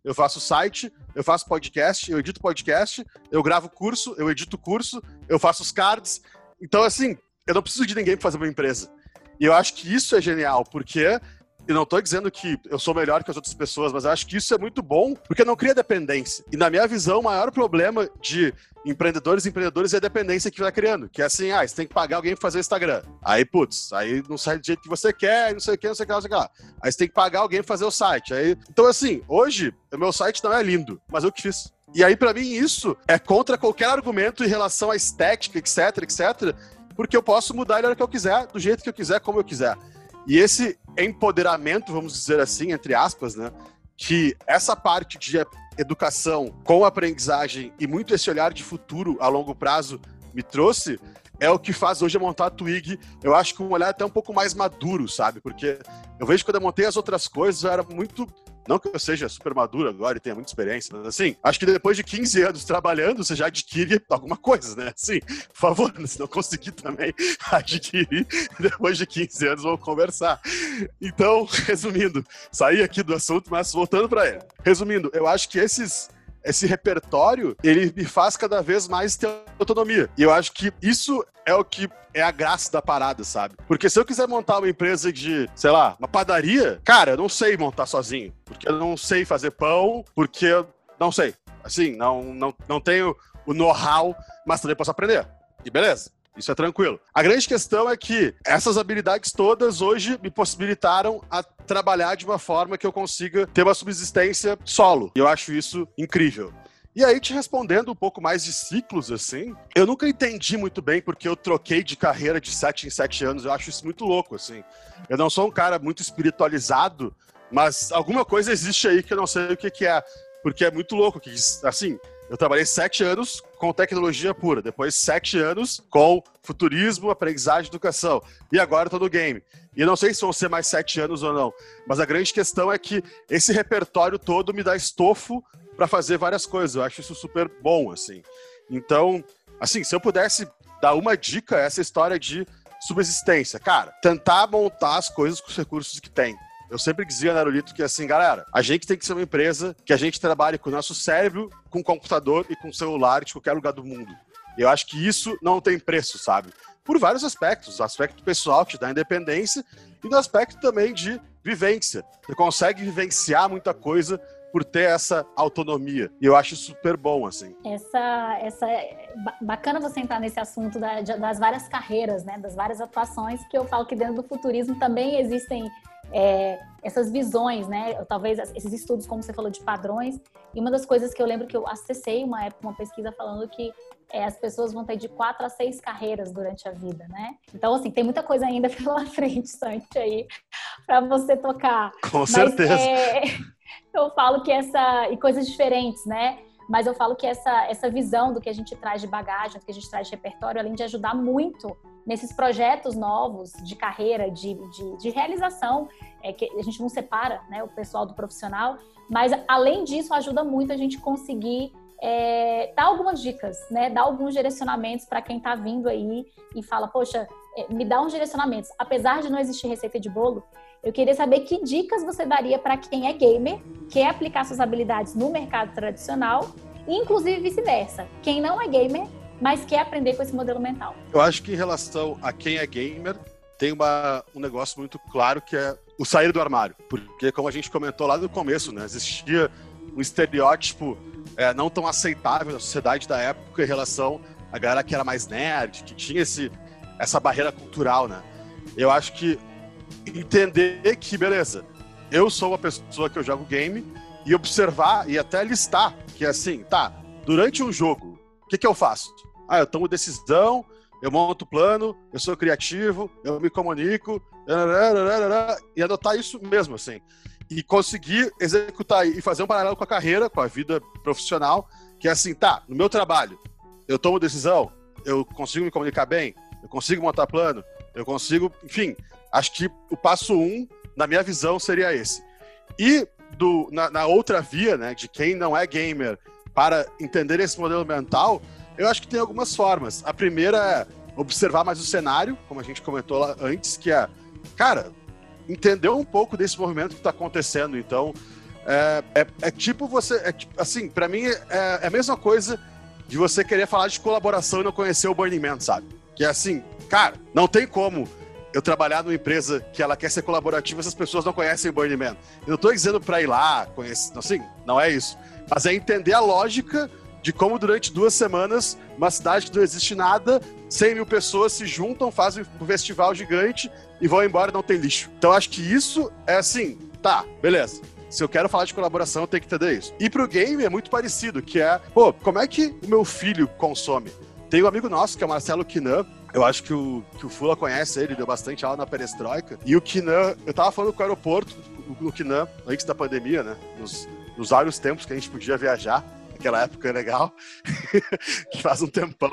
eu faço site, eu faço podcast, eu edito podcast, eu gravo curso, eu edito curso, eu faço os cards. Então, assim, eu não preciso de ninguém para fazer uma empresa. E eu acho que isso é genial, porque eu não estou dizendo que eu sou melhor que as outras pessoas, mas eu acho que isso é muito bom, porque não cria dependência. E na minha visão, o maior problema de empreendedores e empreendedores é a dependência que vai criando. Que é assim, ah, você tem que pagar alguém para fazer o Instagram. Aí, putz, aí não sai do jeito que você quer, não sei o que, não sei o que, não sei o que lá. Aí você tem que pagar alguém para fazer o site. Aí... Então, assim, hoje, o meu site não é lindo, mas eu que fiz. E aí, para mim, isso é contra qualquer argumento em relação à estética, etc, etc, porque eu posso mudar ele a hora que eu quiser, do jeito que eu quiser, como eu quiser. E esse empoderamento, vamos dizer assim, entre aspas, né, que essa parte de educação com aprendizagem e muito esse olhar de futuro a longo prazo me trouxe, é o que faz hoje eu montar a Twig, eu acho que um olhar até um pouco mais maduro, sabe? Porque eu vejo que quando eu montei as outras coisas, eu era muito... Não que eu seja super maduro agora e tenha muita experiência, mas assim, acho que depois de quinze anos trabalhando, você já adquire alguma coisa, né? Assim, por favor, se não conseguir também adquirir, depois de quinze anos vamos conversar. Então, resumindo, saí aqui do assunto, mas voltando para ele. Resumindo, eu acho que esses... esse repertório, ele me faz cada vez mais ter autonomia. E eu acho que isso é o que é a graça da parada, sabe? Porque se eu quiser montar uma empresa de, sei lá, uma padaria, cara, eu não sei montar sozinho. Porque eu não sei fazer pão, porque eu não sei. Assim, não, não, não tenho o know-how, mas também posso aprender. E beleza. Isso é tranquilo. A grande questão é que essas habilidades todas hoje me possibilitaram a trabalhar de uma forma que eu consiga ter uma subsistência solo. E eu acho isso incrível. E aí, te respondendo um pouco mais de ciclos, assim, eu nunca entendi muito bem porque eu troquei de carreira de sete em sete anos. Eu acho isso muito louco, assim. Eu não sou um cara muito espiritualizado, mas alguma coisa existe aí que eu não sei o que, que é. Porque é muito louco que, assim... Eu trabalhei sete anos com tecnologia pura, depois sete anos com futurismo, aprendizagem e educação. E agora estou no game. E eu não sei se vão ser mais sete anos ou não, mas a grande questão é que esse repertório todo me dá estofo para fazer várias coisas. Eu acho isso super bom, assim. Então, assim, se eu pudesse dar uma dica, essa história de subsistência. Cara, tentar montar as coisas com os recursos que tem. Eu sempre dizia na Aerolito que, assim, galera, a gente tem que ser uma empresa que a gente trabalhe com o nosso cérebro, com computador e com celular de qualquer lugar do mundo. E eu acho que isso não tem preço, sabe? Por vários aspectos. O aspecto pessoal, que te dá independência, e no aspecto também de vivência. Você consegue vivenciar muita coisa por ter essa autonomia. E eu acho super bom, assim. Essa, essa, bacana você entrar nesse assunto da, das várias carreiras, né? Das várias atuações, que eu falo que dentro do futurismo também existem É, essas visões, né? Talvez esses estudos, como você falou, de padrões. E uma das coisas que eu lembro que eu acessei uma época, uma pesquisa falando que é, as pessoas vão ter de quatro a seis carreiras durante a vida, né? Então, assim, tem muita coisa ainda pela frente, Santi, aí, para você tocar. Com Mas, certeza. É, eu falo que essa... E coisas diferentes, né? Mas eu falo que essa, essa visão do que a gente traz de bagagem, do que a gente traz de repertório, além de ajudar muito nesses projetos novos de carreira, de, de, de realização, é, que a gente não separa, né, o pessoal do profissional, mas além disso ajuda muito a gente conseguir é, dar algumas dicas, né, dar alguns direcionamentos para quem está vindo aí e fala, poxa, é, me dá uns direcionamentos. Apesar de não existir receita de bolo, eu queria saber que dicas você daria para quem é gamer, quer aplicar suas habilidades no mercado tradicional, e inclusive vice-versa. Quem não é gamer, mas quer aprender com esse modelo mental. Eu acho que em relação a quem é gamer, tem uma, um negócio muito claro que é o sair do armário. Porque, como a gente comentou lá no começo, né, existia um estereótipo é, não tão aceitável na sociedade da época em relação à galera que era mais nerd, que tinha esse, essa barreira cultural, né? Eu acho que entender que, beleza, eu sou uma pessoa que eu jogo game e observar e até listar que, assim, tá, durante um jogo, o que que eu faço? Ah, eu tomo decisão, eu monto plano, eu sou criativo, eu me comunico, e adotar isso mesmo, assim. E conseguir executar e fazer um paralelo com a carreira, com a vida profissional, que é assim, tá, no meu trabalho, eu tomo decisão, eu consigo me comunicar bem, eu consigo montar plano, eu consigo, enfim, acho que o passo um, na minha visão, seria esse. E do, na, na outra via, né, de quem não é gamer, para entender esse modelo mental, eu acho que tem algumas formas. A primeira é observar mais o cenário, como a gente comentou lá antes, que é, cara, entender um pouco desse movimento que está acontecendo. Então, É, é, é tipo você... É, assim, pra mim, é, é a mesma coisa de você querer falar de colaboração e não conhecer o Burning Man, sabe? Que é assim, cara, não tem como eu trabalhar numa empresa que ela quer ser colaborativa se as pessoas não conhecem o Burning Man. Eu não tô dizendo pra ir lá, conhecer, assim, não é isso. Mas é entender a lógica de como durante duas semanas, uma cidade que não existe nada, cem mil pessoas se juntam, fazem um festival gigante e vão embora e não tem lixo. Então acho que isso é assim, tá, beleza. Se eu quero falar de colaboração, eu tenho que entender isso. E pro game é muito parecido, que é, pô, como é que o meu filho consome? Tem um amigo nosso, que é o Marcelo Kinan, eu acho que o, que o Fula conhece ele, deu bastante aula na Perestroika. E o Kinan, eu tava falando com o aeroporto, o Kinan, antes da pandemia, né? Nos, nos vários tempos que a gente podia viajar. Naquela época é legal, que faz um tempão.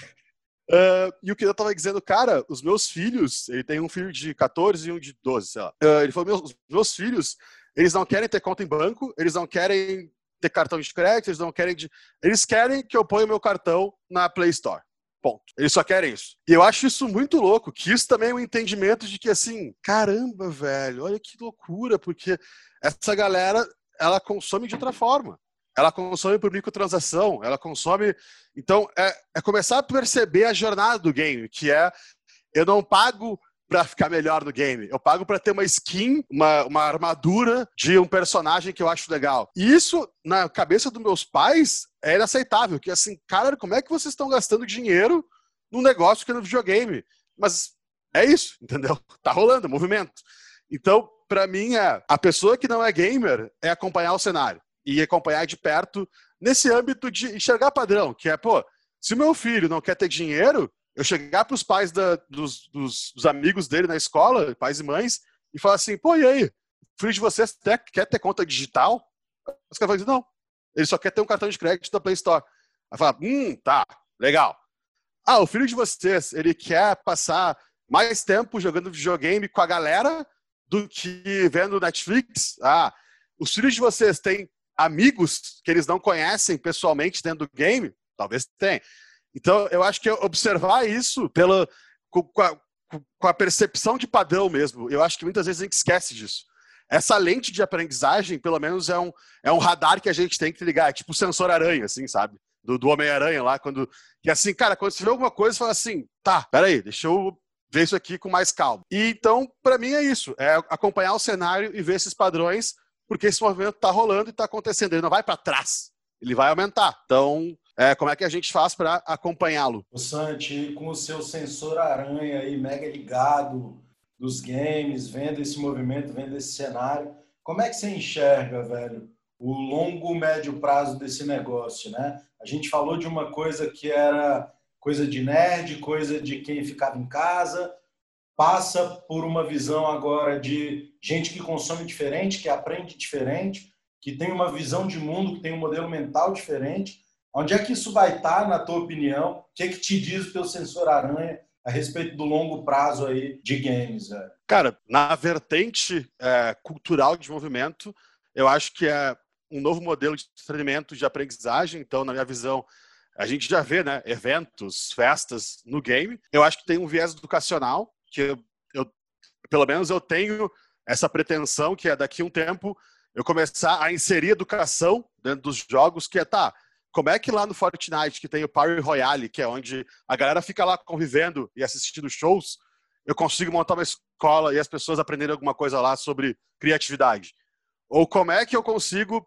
Uh, e o Kinan tava dizendo, cara, os meus filhos, ele tem um filho de catorze e um de doze, sei lá. Uh, ele falou, meus, os meus filhos, eles não querem ter conta em banco, eles não querem ter cartão de crédito, eles não querem... De... Eles querem que eu ponha o meu cartão na Play Store. Ponto. Eles só querem isso. E eu acho isso muito louco, que isso também é um entendimento de que, assim, caramba, velho, olha que loucura, porque essa galera, ela consome de outra forma. Ela consome por microtransação, ela consome... Então, é, é começar a perceber a jornada do game, que é, eu não pago pra ficar melhor no game, eu pago pra ter uma skin, uma, uma armadura de um personagem que eu acho legal. E isso, na cabeça dos meus pais, é inaceitável, que assim, cara, como é que vocês estão gastando dinheiro num negócio que é no videogame? Mas é isso, entendeu? Tá rolando, movimento. Então, pra mim, é, a pessoa que não é gamer é acompanhar o cenário. E acompanhar de perto nesse âmbito de enxergar padrão, que é, pô, se o meu filho não quer ter dinheiro, eu chegar pros pais da, dos, dos, dos amigos dele na escola, pais e mães, e falar assim, pô, e aí? O filho de vocês até quer ter conta digital? Os caras vão dizer, não, ele só quer ter um cartão de crédito da Play Store. Aí fala, hum, tá, legal. Ah, o filho de vocês, ele quer passar mais tempo jogando videogame com a galera do que vendo Netflix? Ah, os filhos de vocês têm amigos que eles não conhecem pessoalmente dentro do game? Talvez tenham. Então, eu acho que observar isso pela, com, a, com a percepção de padrão mesmo, eu acho que muitas vezes a gente esquece disso. Essa lente de aprendizagem, pelo menos, é um, é um radar que a gente tem que ligar, é tipo o sensor aranha, assim, sabe? Do, do Homem-Aranha lá, quando... Que assim, cara, quando você vê alguma coisa, você fala assim, tá, peraí, deixa eu ver isso aqui com mais calma. E então, pra mim é isso, é acompanhar o cenário e ver esses padrões, porque esse movimento tá rolando e tá acontecendo, ele não vai pra trás, ele vai aumentar. Então... É, como é que a gente faz para acompanhá-lo? O Santi, com o seu sensor aranha aí mega ligado dos games, vendo esse movimento, vendo esse cenário, como é que você enxerga, velho, o longo, médio prazo desse negócio, né? A gente falou de uma coisa que era coisa de nerd, coisa de quem ficava em casa, passa por uma visão agora de gente que consome diferente, que aprende diferente, que tem uma visão de mundo, que tem um modelo mental diferente. Onde é que isso vai estar, na tua opinião? O que é que te diz o teu sensor aranha a respeito do longo prazo aí de games, velho? Cara, na vertente é, cultural de movimento, eu acho que é um novo modelo de treinamento, de aprendizagem. Então, na minha visão, a gente já vê, né, eventos, festas no game. Eu acho que tem um viés educacional, que eu, eu, pelo menos eu tenho essa pretensão, que é daqui a um tempo eu começar a inserir educação dentro dos jogos, que é, tá, como é que lá no Fortnite, que tem o Party Royale, que é onde a galera fica lá convivendo e assistindo shows, eu consigo montar uma escola e as pessoas aprenderem alguma coisa lá sobre criatividade? Ou como é que eu consigo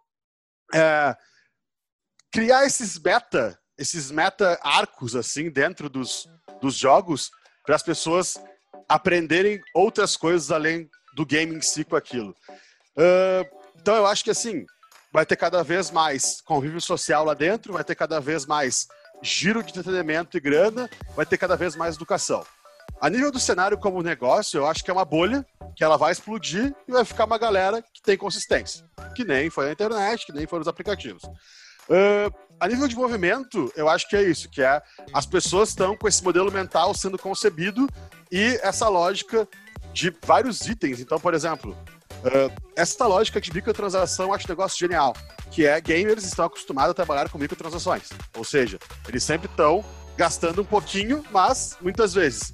é, criar esses meta, esses meta-arcos assim, dentro dos, dos jogos para as pessoas aprenderem outras coisas além do game em si com aquilo? Uh, então eu acho que assim, vai ter cada vez mais convívio social lá dentro, vai ter cada vez mais giro de entretenimento e grana, vai ter cada vez mais educação. A nível do cenário como negócio, eu acho que é uma bolha, que ela vai explodir e vai ficar uma galera que tem consistência, que nem foi a internet, que nem foram os aplicativos. Uh, a nível de movimento, eu acho que é isso, que é as pessoas estão com esse modelo mental sendo concebido e essa lógica de vários itens. Então, por exemplo, Uh, essa lógica de microtransação eu acho um negócio genial, que é gamers estão acostumados a trabalhar com microtransações, ou seja, eles sempre estão gastando um pouquinho, mas muitas vezes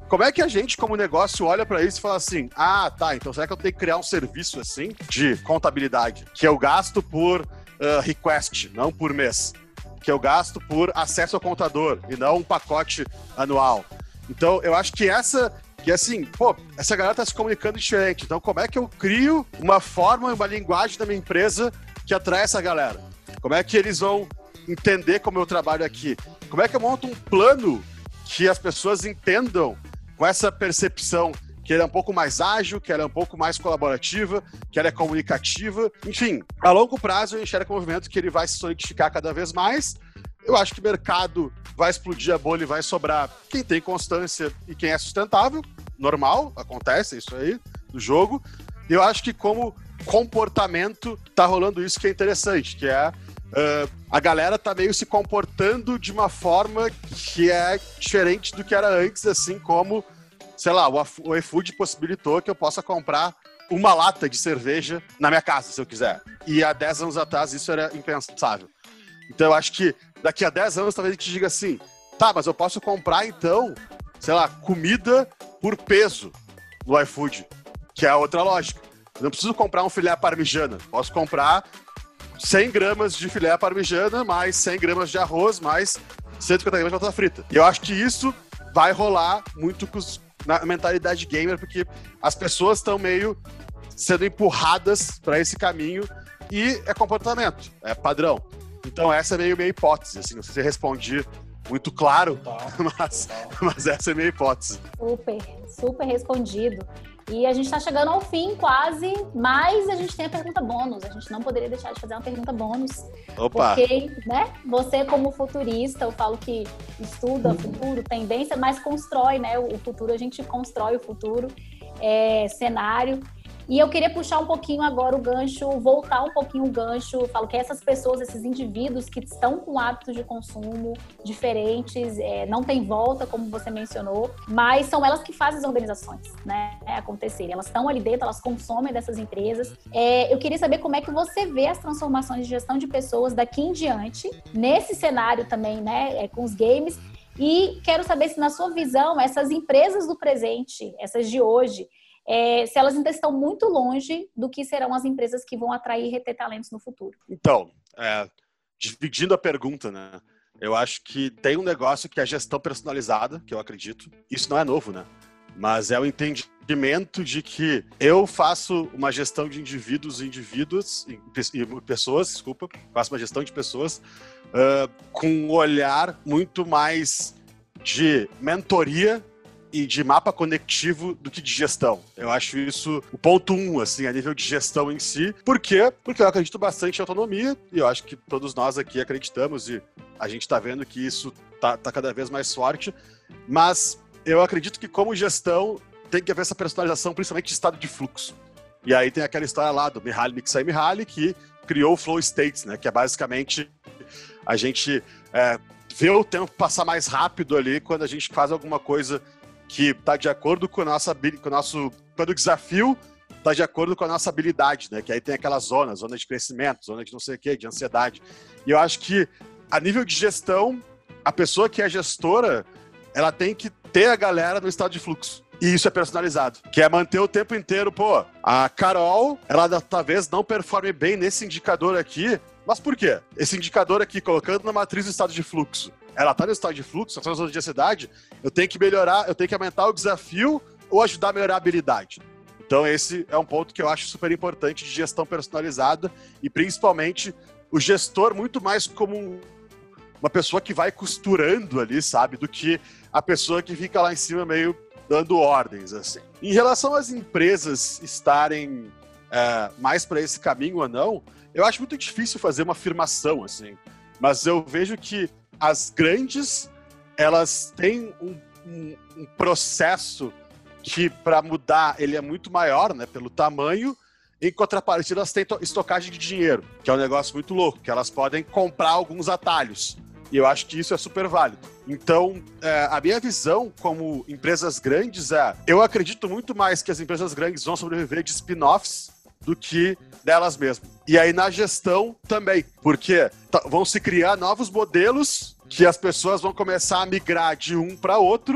como é que a gente, como negócio, olha para isso e fala assim, ah, tá, então será que eu tenho que criar um serviço assim de contabilidade, que eu gasto por uh, request, não por mês, que eu gasto por acesso ao contador e não um pacote anual. Então, eu acho que essa, que assim, pô, essa galera tá se comunicando diferente. Então, como é que eu crio uma forma, uma linguagem da minha empresa que atrai essa galera? Como é que eles vão entender como eu trabalho aqui? Como é que eu monto um plano que as pessoas entendam com essa percepção que ela é um pouco mais ágil, que ela é um pouco mais colaborativa, que ela é comunicativa. Enfim, a longo prazo eu enxergo um movimento que ele vai se solidificar cada vez mais. Eu acho que o mercado vai explodir a bolha e vai sobrar quem tem constância e quem é sustentável. Normal, acontece isso aí do jogo. E eu acho que como comportamento tá rolando isso que é interessante, que é uh, a galera tá meio se comportando de uma forma que é diferente do que era antes, assim como, sei lá, o iFood possibilitou que eu possa comprar uma lata de cerveja na minha casa, se eu quiser. E há dez anos atrás isso era impensável. Então eu acho que daqui a dez anos talvez a gente diga assim, tá, mas eu posso comprar então, sei lá, comida por peso no iFood, que é a outra lógica. Eu não preciso comprar um filé parmigiana, posso comprar cem gramas de filé parmigiana, mais cem gramas de arroz, mais cento e cinquenta gramas de batata frita. E eu acho que isso vai rolar muito com os, na mentalidade gamer, porque as pessoas estão meio sendo empurradas para esse caminho e é comportamento, é padrão. Então essa é meio minha hipótese, assim, não sei se respondi muito claro, total, mas, total. mas essa é a minha hipótese. Super, super respondido. E a gente está chegando ao fim quase, mas a gente tem a pergunta bônus. A gente não poderia deixar de fazer uma pergunta bônus. Opa! Porque, né, você como futurista, eu falo que estuda futuro, tendência, mas constrói, né, o futuro. A gente constrói o futuro, é, cenário. E eu queria puxar um pouquinho agora o gancho, voltar um pouquinho o gancho. Falo que essas pessoas, esses indivíduos que estão com hábitos de consumo diferentes, é, não tem volta, como você mencionou, mas são elas que fazem as organizações, né, acontecerem. Elas estão ali dentro, elas consomem dessas empresas. É, eu queria saber como é que você vê as transformações de gestão de pessoas daqui em diante, nesse cenário também, né, é, com os games. E quero saber se, na sua visão, essas empresas do presente, essas de hoje, É, se elas ainda estão muito longe do que serão as empresas que vão atrair e reter talentos no futuro. Então, é, dividindo a pergunta, né? Eu acho que tem um negócio que é a gestão personalizada, que eu acredito. Isso não é novo, né? Mas é o entendimento de que eu faço uma gestão de indivíduos e indivíduos, e pessoas, desculpa, faço uma gestão de pessoas uh, com um olhar muito mais de mentoria e de mapa conectivo do que de gestão. Eu acho isso o ponto um, assim, a nível de gestão em si. Por quê? Porque eu acredito bastante em autonomia, e eu acho que todos nós aqui acreditamos, e a gente tá vendo que isso tá, tá cada vez mais forte, mas eu acredito que como gestão tem que haver essa personalização, principalmente de estado de fluxo. E aí tem aquela história lá do Mihaly Csikszentmihalyi, que criou o Flow States, né, que é basicamente a gente é, vê o tempo passar mais rápido ali quando a gente faz alguma coisa que está de acordo com, a nossa, com o nosso... Quando o desafio está de acordo com a nossa habilidade, né? Que aí tem aquela zona, zona de crescimento, zona de não sei o quê, de ansiedade. E eu acho que, a nível de gestão, a pessoa que é gestora, ela tem que ter a galera no estado de fluxo. E isso é personalizado. Que é manter o tempo inteiro, pô, a Carol, ela talvez não performe bem nesse indicador aqui, mas por quê? Esse indicador aqui, colocando na matriz do estado de fluxo, ela tá no estado de fluxo, ela tá na zona de ansiedade, eu tenho que melhorar, eu tenho que aumentar o desafio ou ajudar a melhorar a habilidade. Então esse é um ponto que eu acho super importante de gestão personalizada e principalmente o gestor muito mais como um, uma pessoa que vai costurando ali, sabe, do que a pessoa que fica lá em cima meio dando ordens, assim. Em relação às empresas estarem é, mais para esse caminho ou não, eu acho muito difícil fazer uma afirmação, assim, mas eu vejo que as grandes, elas têm um, um, um processo que, para mudar, ele é muito maior, né, pelo tamanho. Em contrapartida, elas têm estocagem de dinheiro, que é um negócio muito louco, que elas podem comprar alguns atalhos. E eu acho que isso é super válido. Então, é, a minha visão como empresas grandes é... Eu acredito muito mais que as empresas grandes vão sobreviver de spin-offs do que delas mesmas. E aí na gestão também, porque t- vão se criar novos modelos que as pessoas vão começar a migrar de um para outro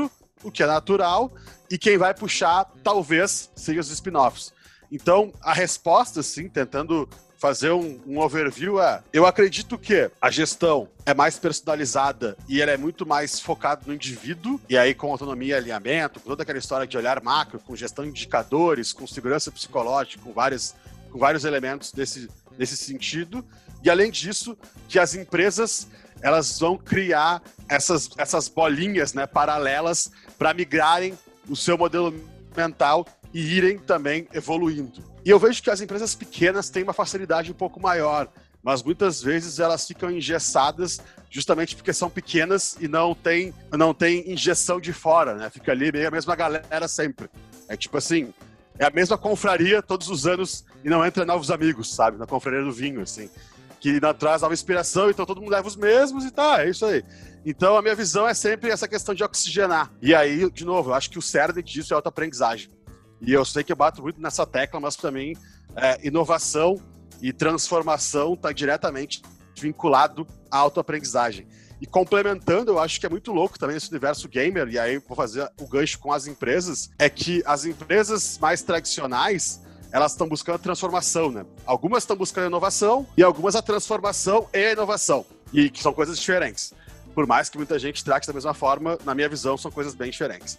o que é natural, e quem vai puxar, talvez, seja os spin-offs. Então, a resposta, assim, tentando fazer um, um overview é, eu acredito que a gestão é mais personalizada e ela é muito mais focada no indivíduo, e aí com autonomia e alinhamento, com toda aquela história de olhar macro, com gestão de indicadores, com segurança psicológica, com vários, com vários elementos desse, desse sentido. E além disso, que as empresas elas vão criar essas, essas bolinhas, né, paralelas para migrarem o seu modelo mental e irem também evoluindo. E eu vejo que as empresas pequenas têm uma facilidade um pouco maior, mas muitas vezes elas ficam engessadas justamente porque são pequenas e não tem, não tem injeção de fora, né? Fica ali meio a mesma galera sempre. É tipo assim, é a mesma confraria todos os anos e não entra novos amigos, sabe? Na confraria do vinho, assim. Que traz nova inspiração, então todo mundo leva os mesmos e tá, é isso aí. Então a minha visão é sempre essa questão de oxigenar. E aí, de novo, eu acho que o cerne disso é a autoaprendizagem. E eu sei que eu bato muito nessa tecla, mas para mim, é, inovação e transformação está diretamente vinculado à autoaprendizagem. E complementando, eu acho que é muito louco também esse universo gamer, e aí vou fazer o gancho com as empresas, é que as empresas mais tradicionais, elas estão buscando a transformação, né? Algumas estão buscando a inovação e algumas a transformação e a inovação, e que são coisas diferentes. Por mais que muita gente trate da mesma forma, na minha visão, são coisas bem diferentes.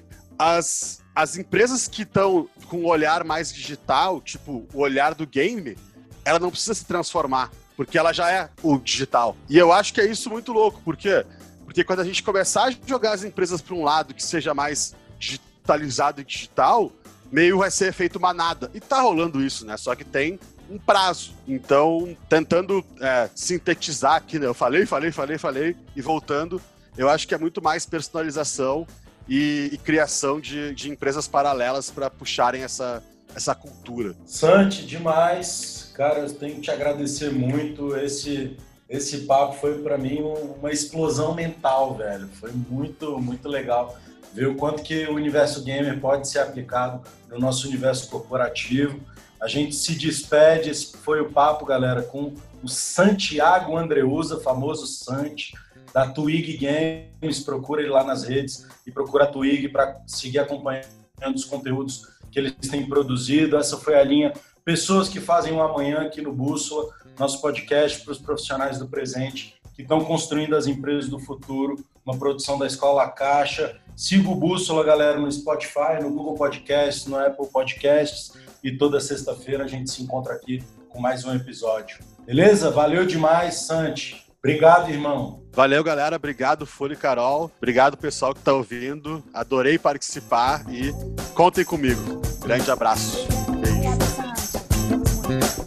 As, as empresas que estão com um olhar mais digital, tipo o olhar do game, ela não precisa se transformar, porque ela já é o digital. E eu acho que é isso muito louco. Por quê? Porque quando a gente começar a jogar as empresas para um lado que seja mais digitalizado e digital, meio vai ser feito manada. E tá rolando isso, né? Só que tem um prazo. Então, tentando é, sintetizar aqui, né? Eu falei, falei, falei, falei, e voltando, eu acho que é muito mais personalização E, e criação de, de empresas paralelas para puxarem essa, essa cultura. Santi, demais. Cara, eu tenho que te agradecer muito. Esse, esse papo foi para mim uma explosão mental, velho. Foi muito, muito legal ver o quanto que o universo gamer pode ser aplicado no nosso universo corporativo. A gente se despede, esse foi o papo, galera, com o Santiago Andreuza, famoso Santi, da Twig Games. Procura ele lá nas redes e procura a Twig para seguir acompanhando os conteúdos que eles têm produzido. Essa foi a linha Pessoas que Fazem o Amanhã aqui no Bússola, nosso podcast para os profissionais do presente que estão construindo as empresas do futuro, uma produção da Escola Caixa. Siga o Bússola, galera, no Spotify, no Google Podcasts, no Apple Podcasts, e toda sexta-feira a gente se encontra aqui com mais um episódio. Beleza? Valeu demais, Santi. Obrigado, irmão. Valeu, galera. Obrigado, Folha e Carol. Obrigado, pessoal que está ouvindo. Adorei participar e contem comigo. Grande abraço. Beijo. Obrigada, Santi.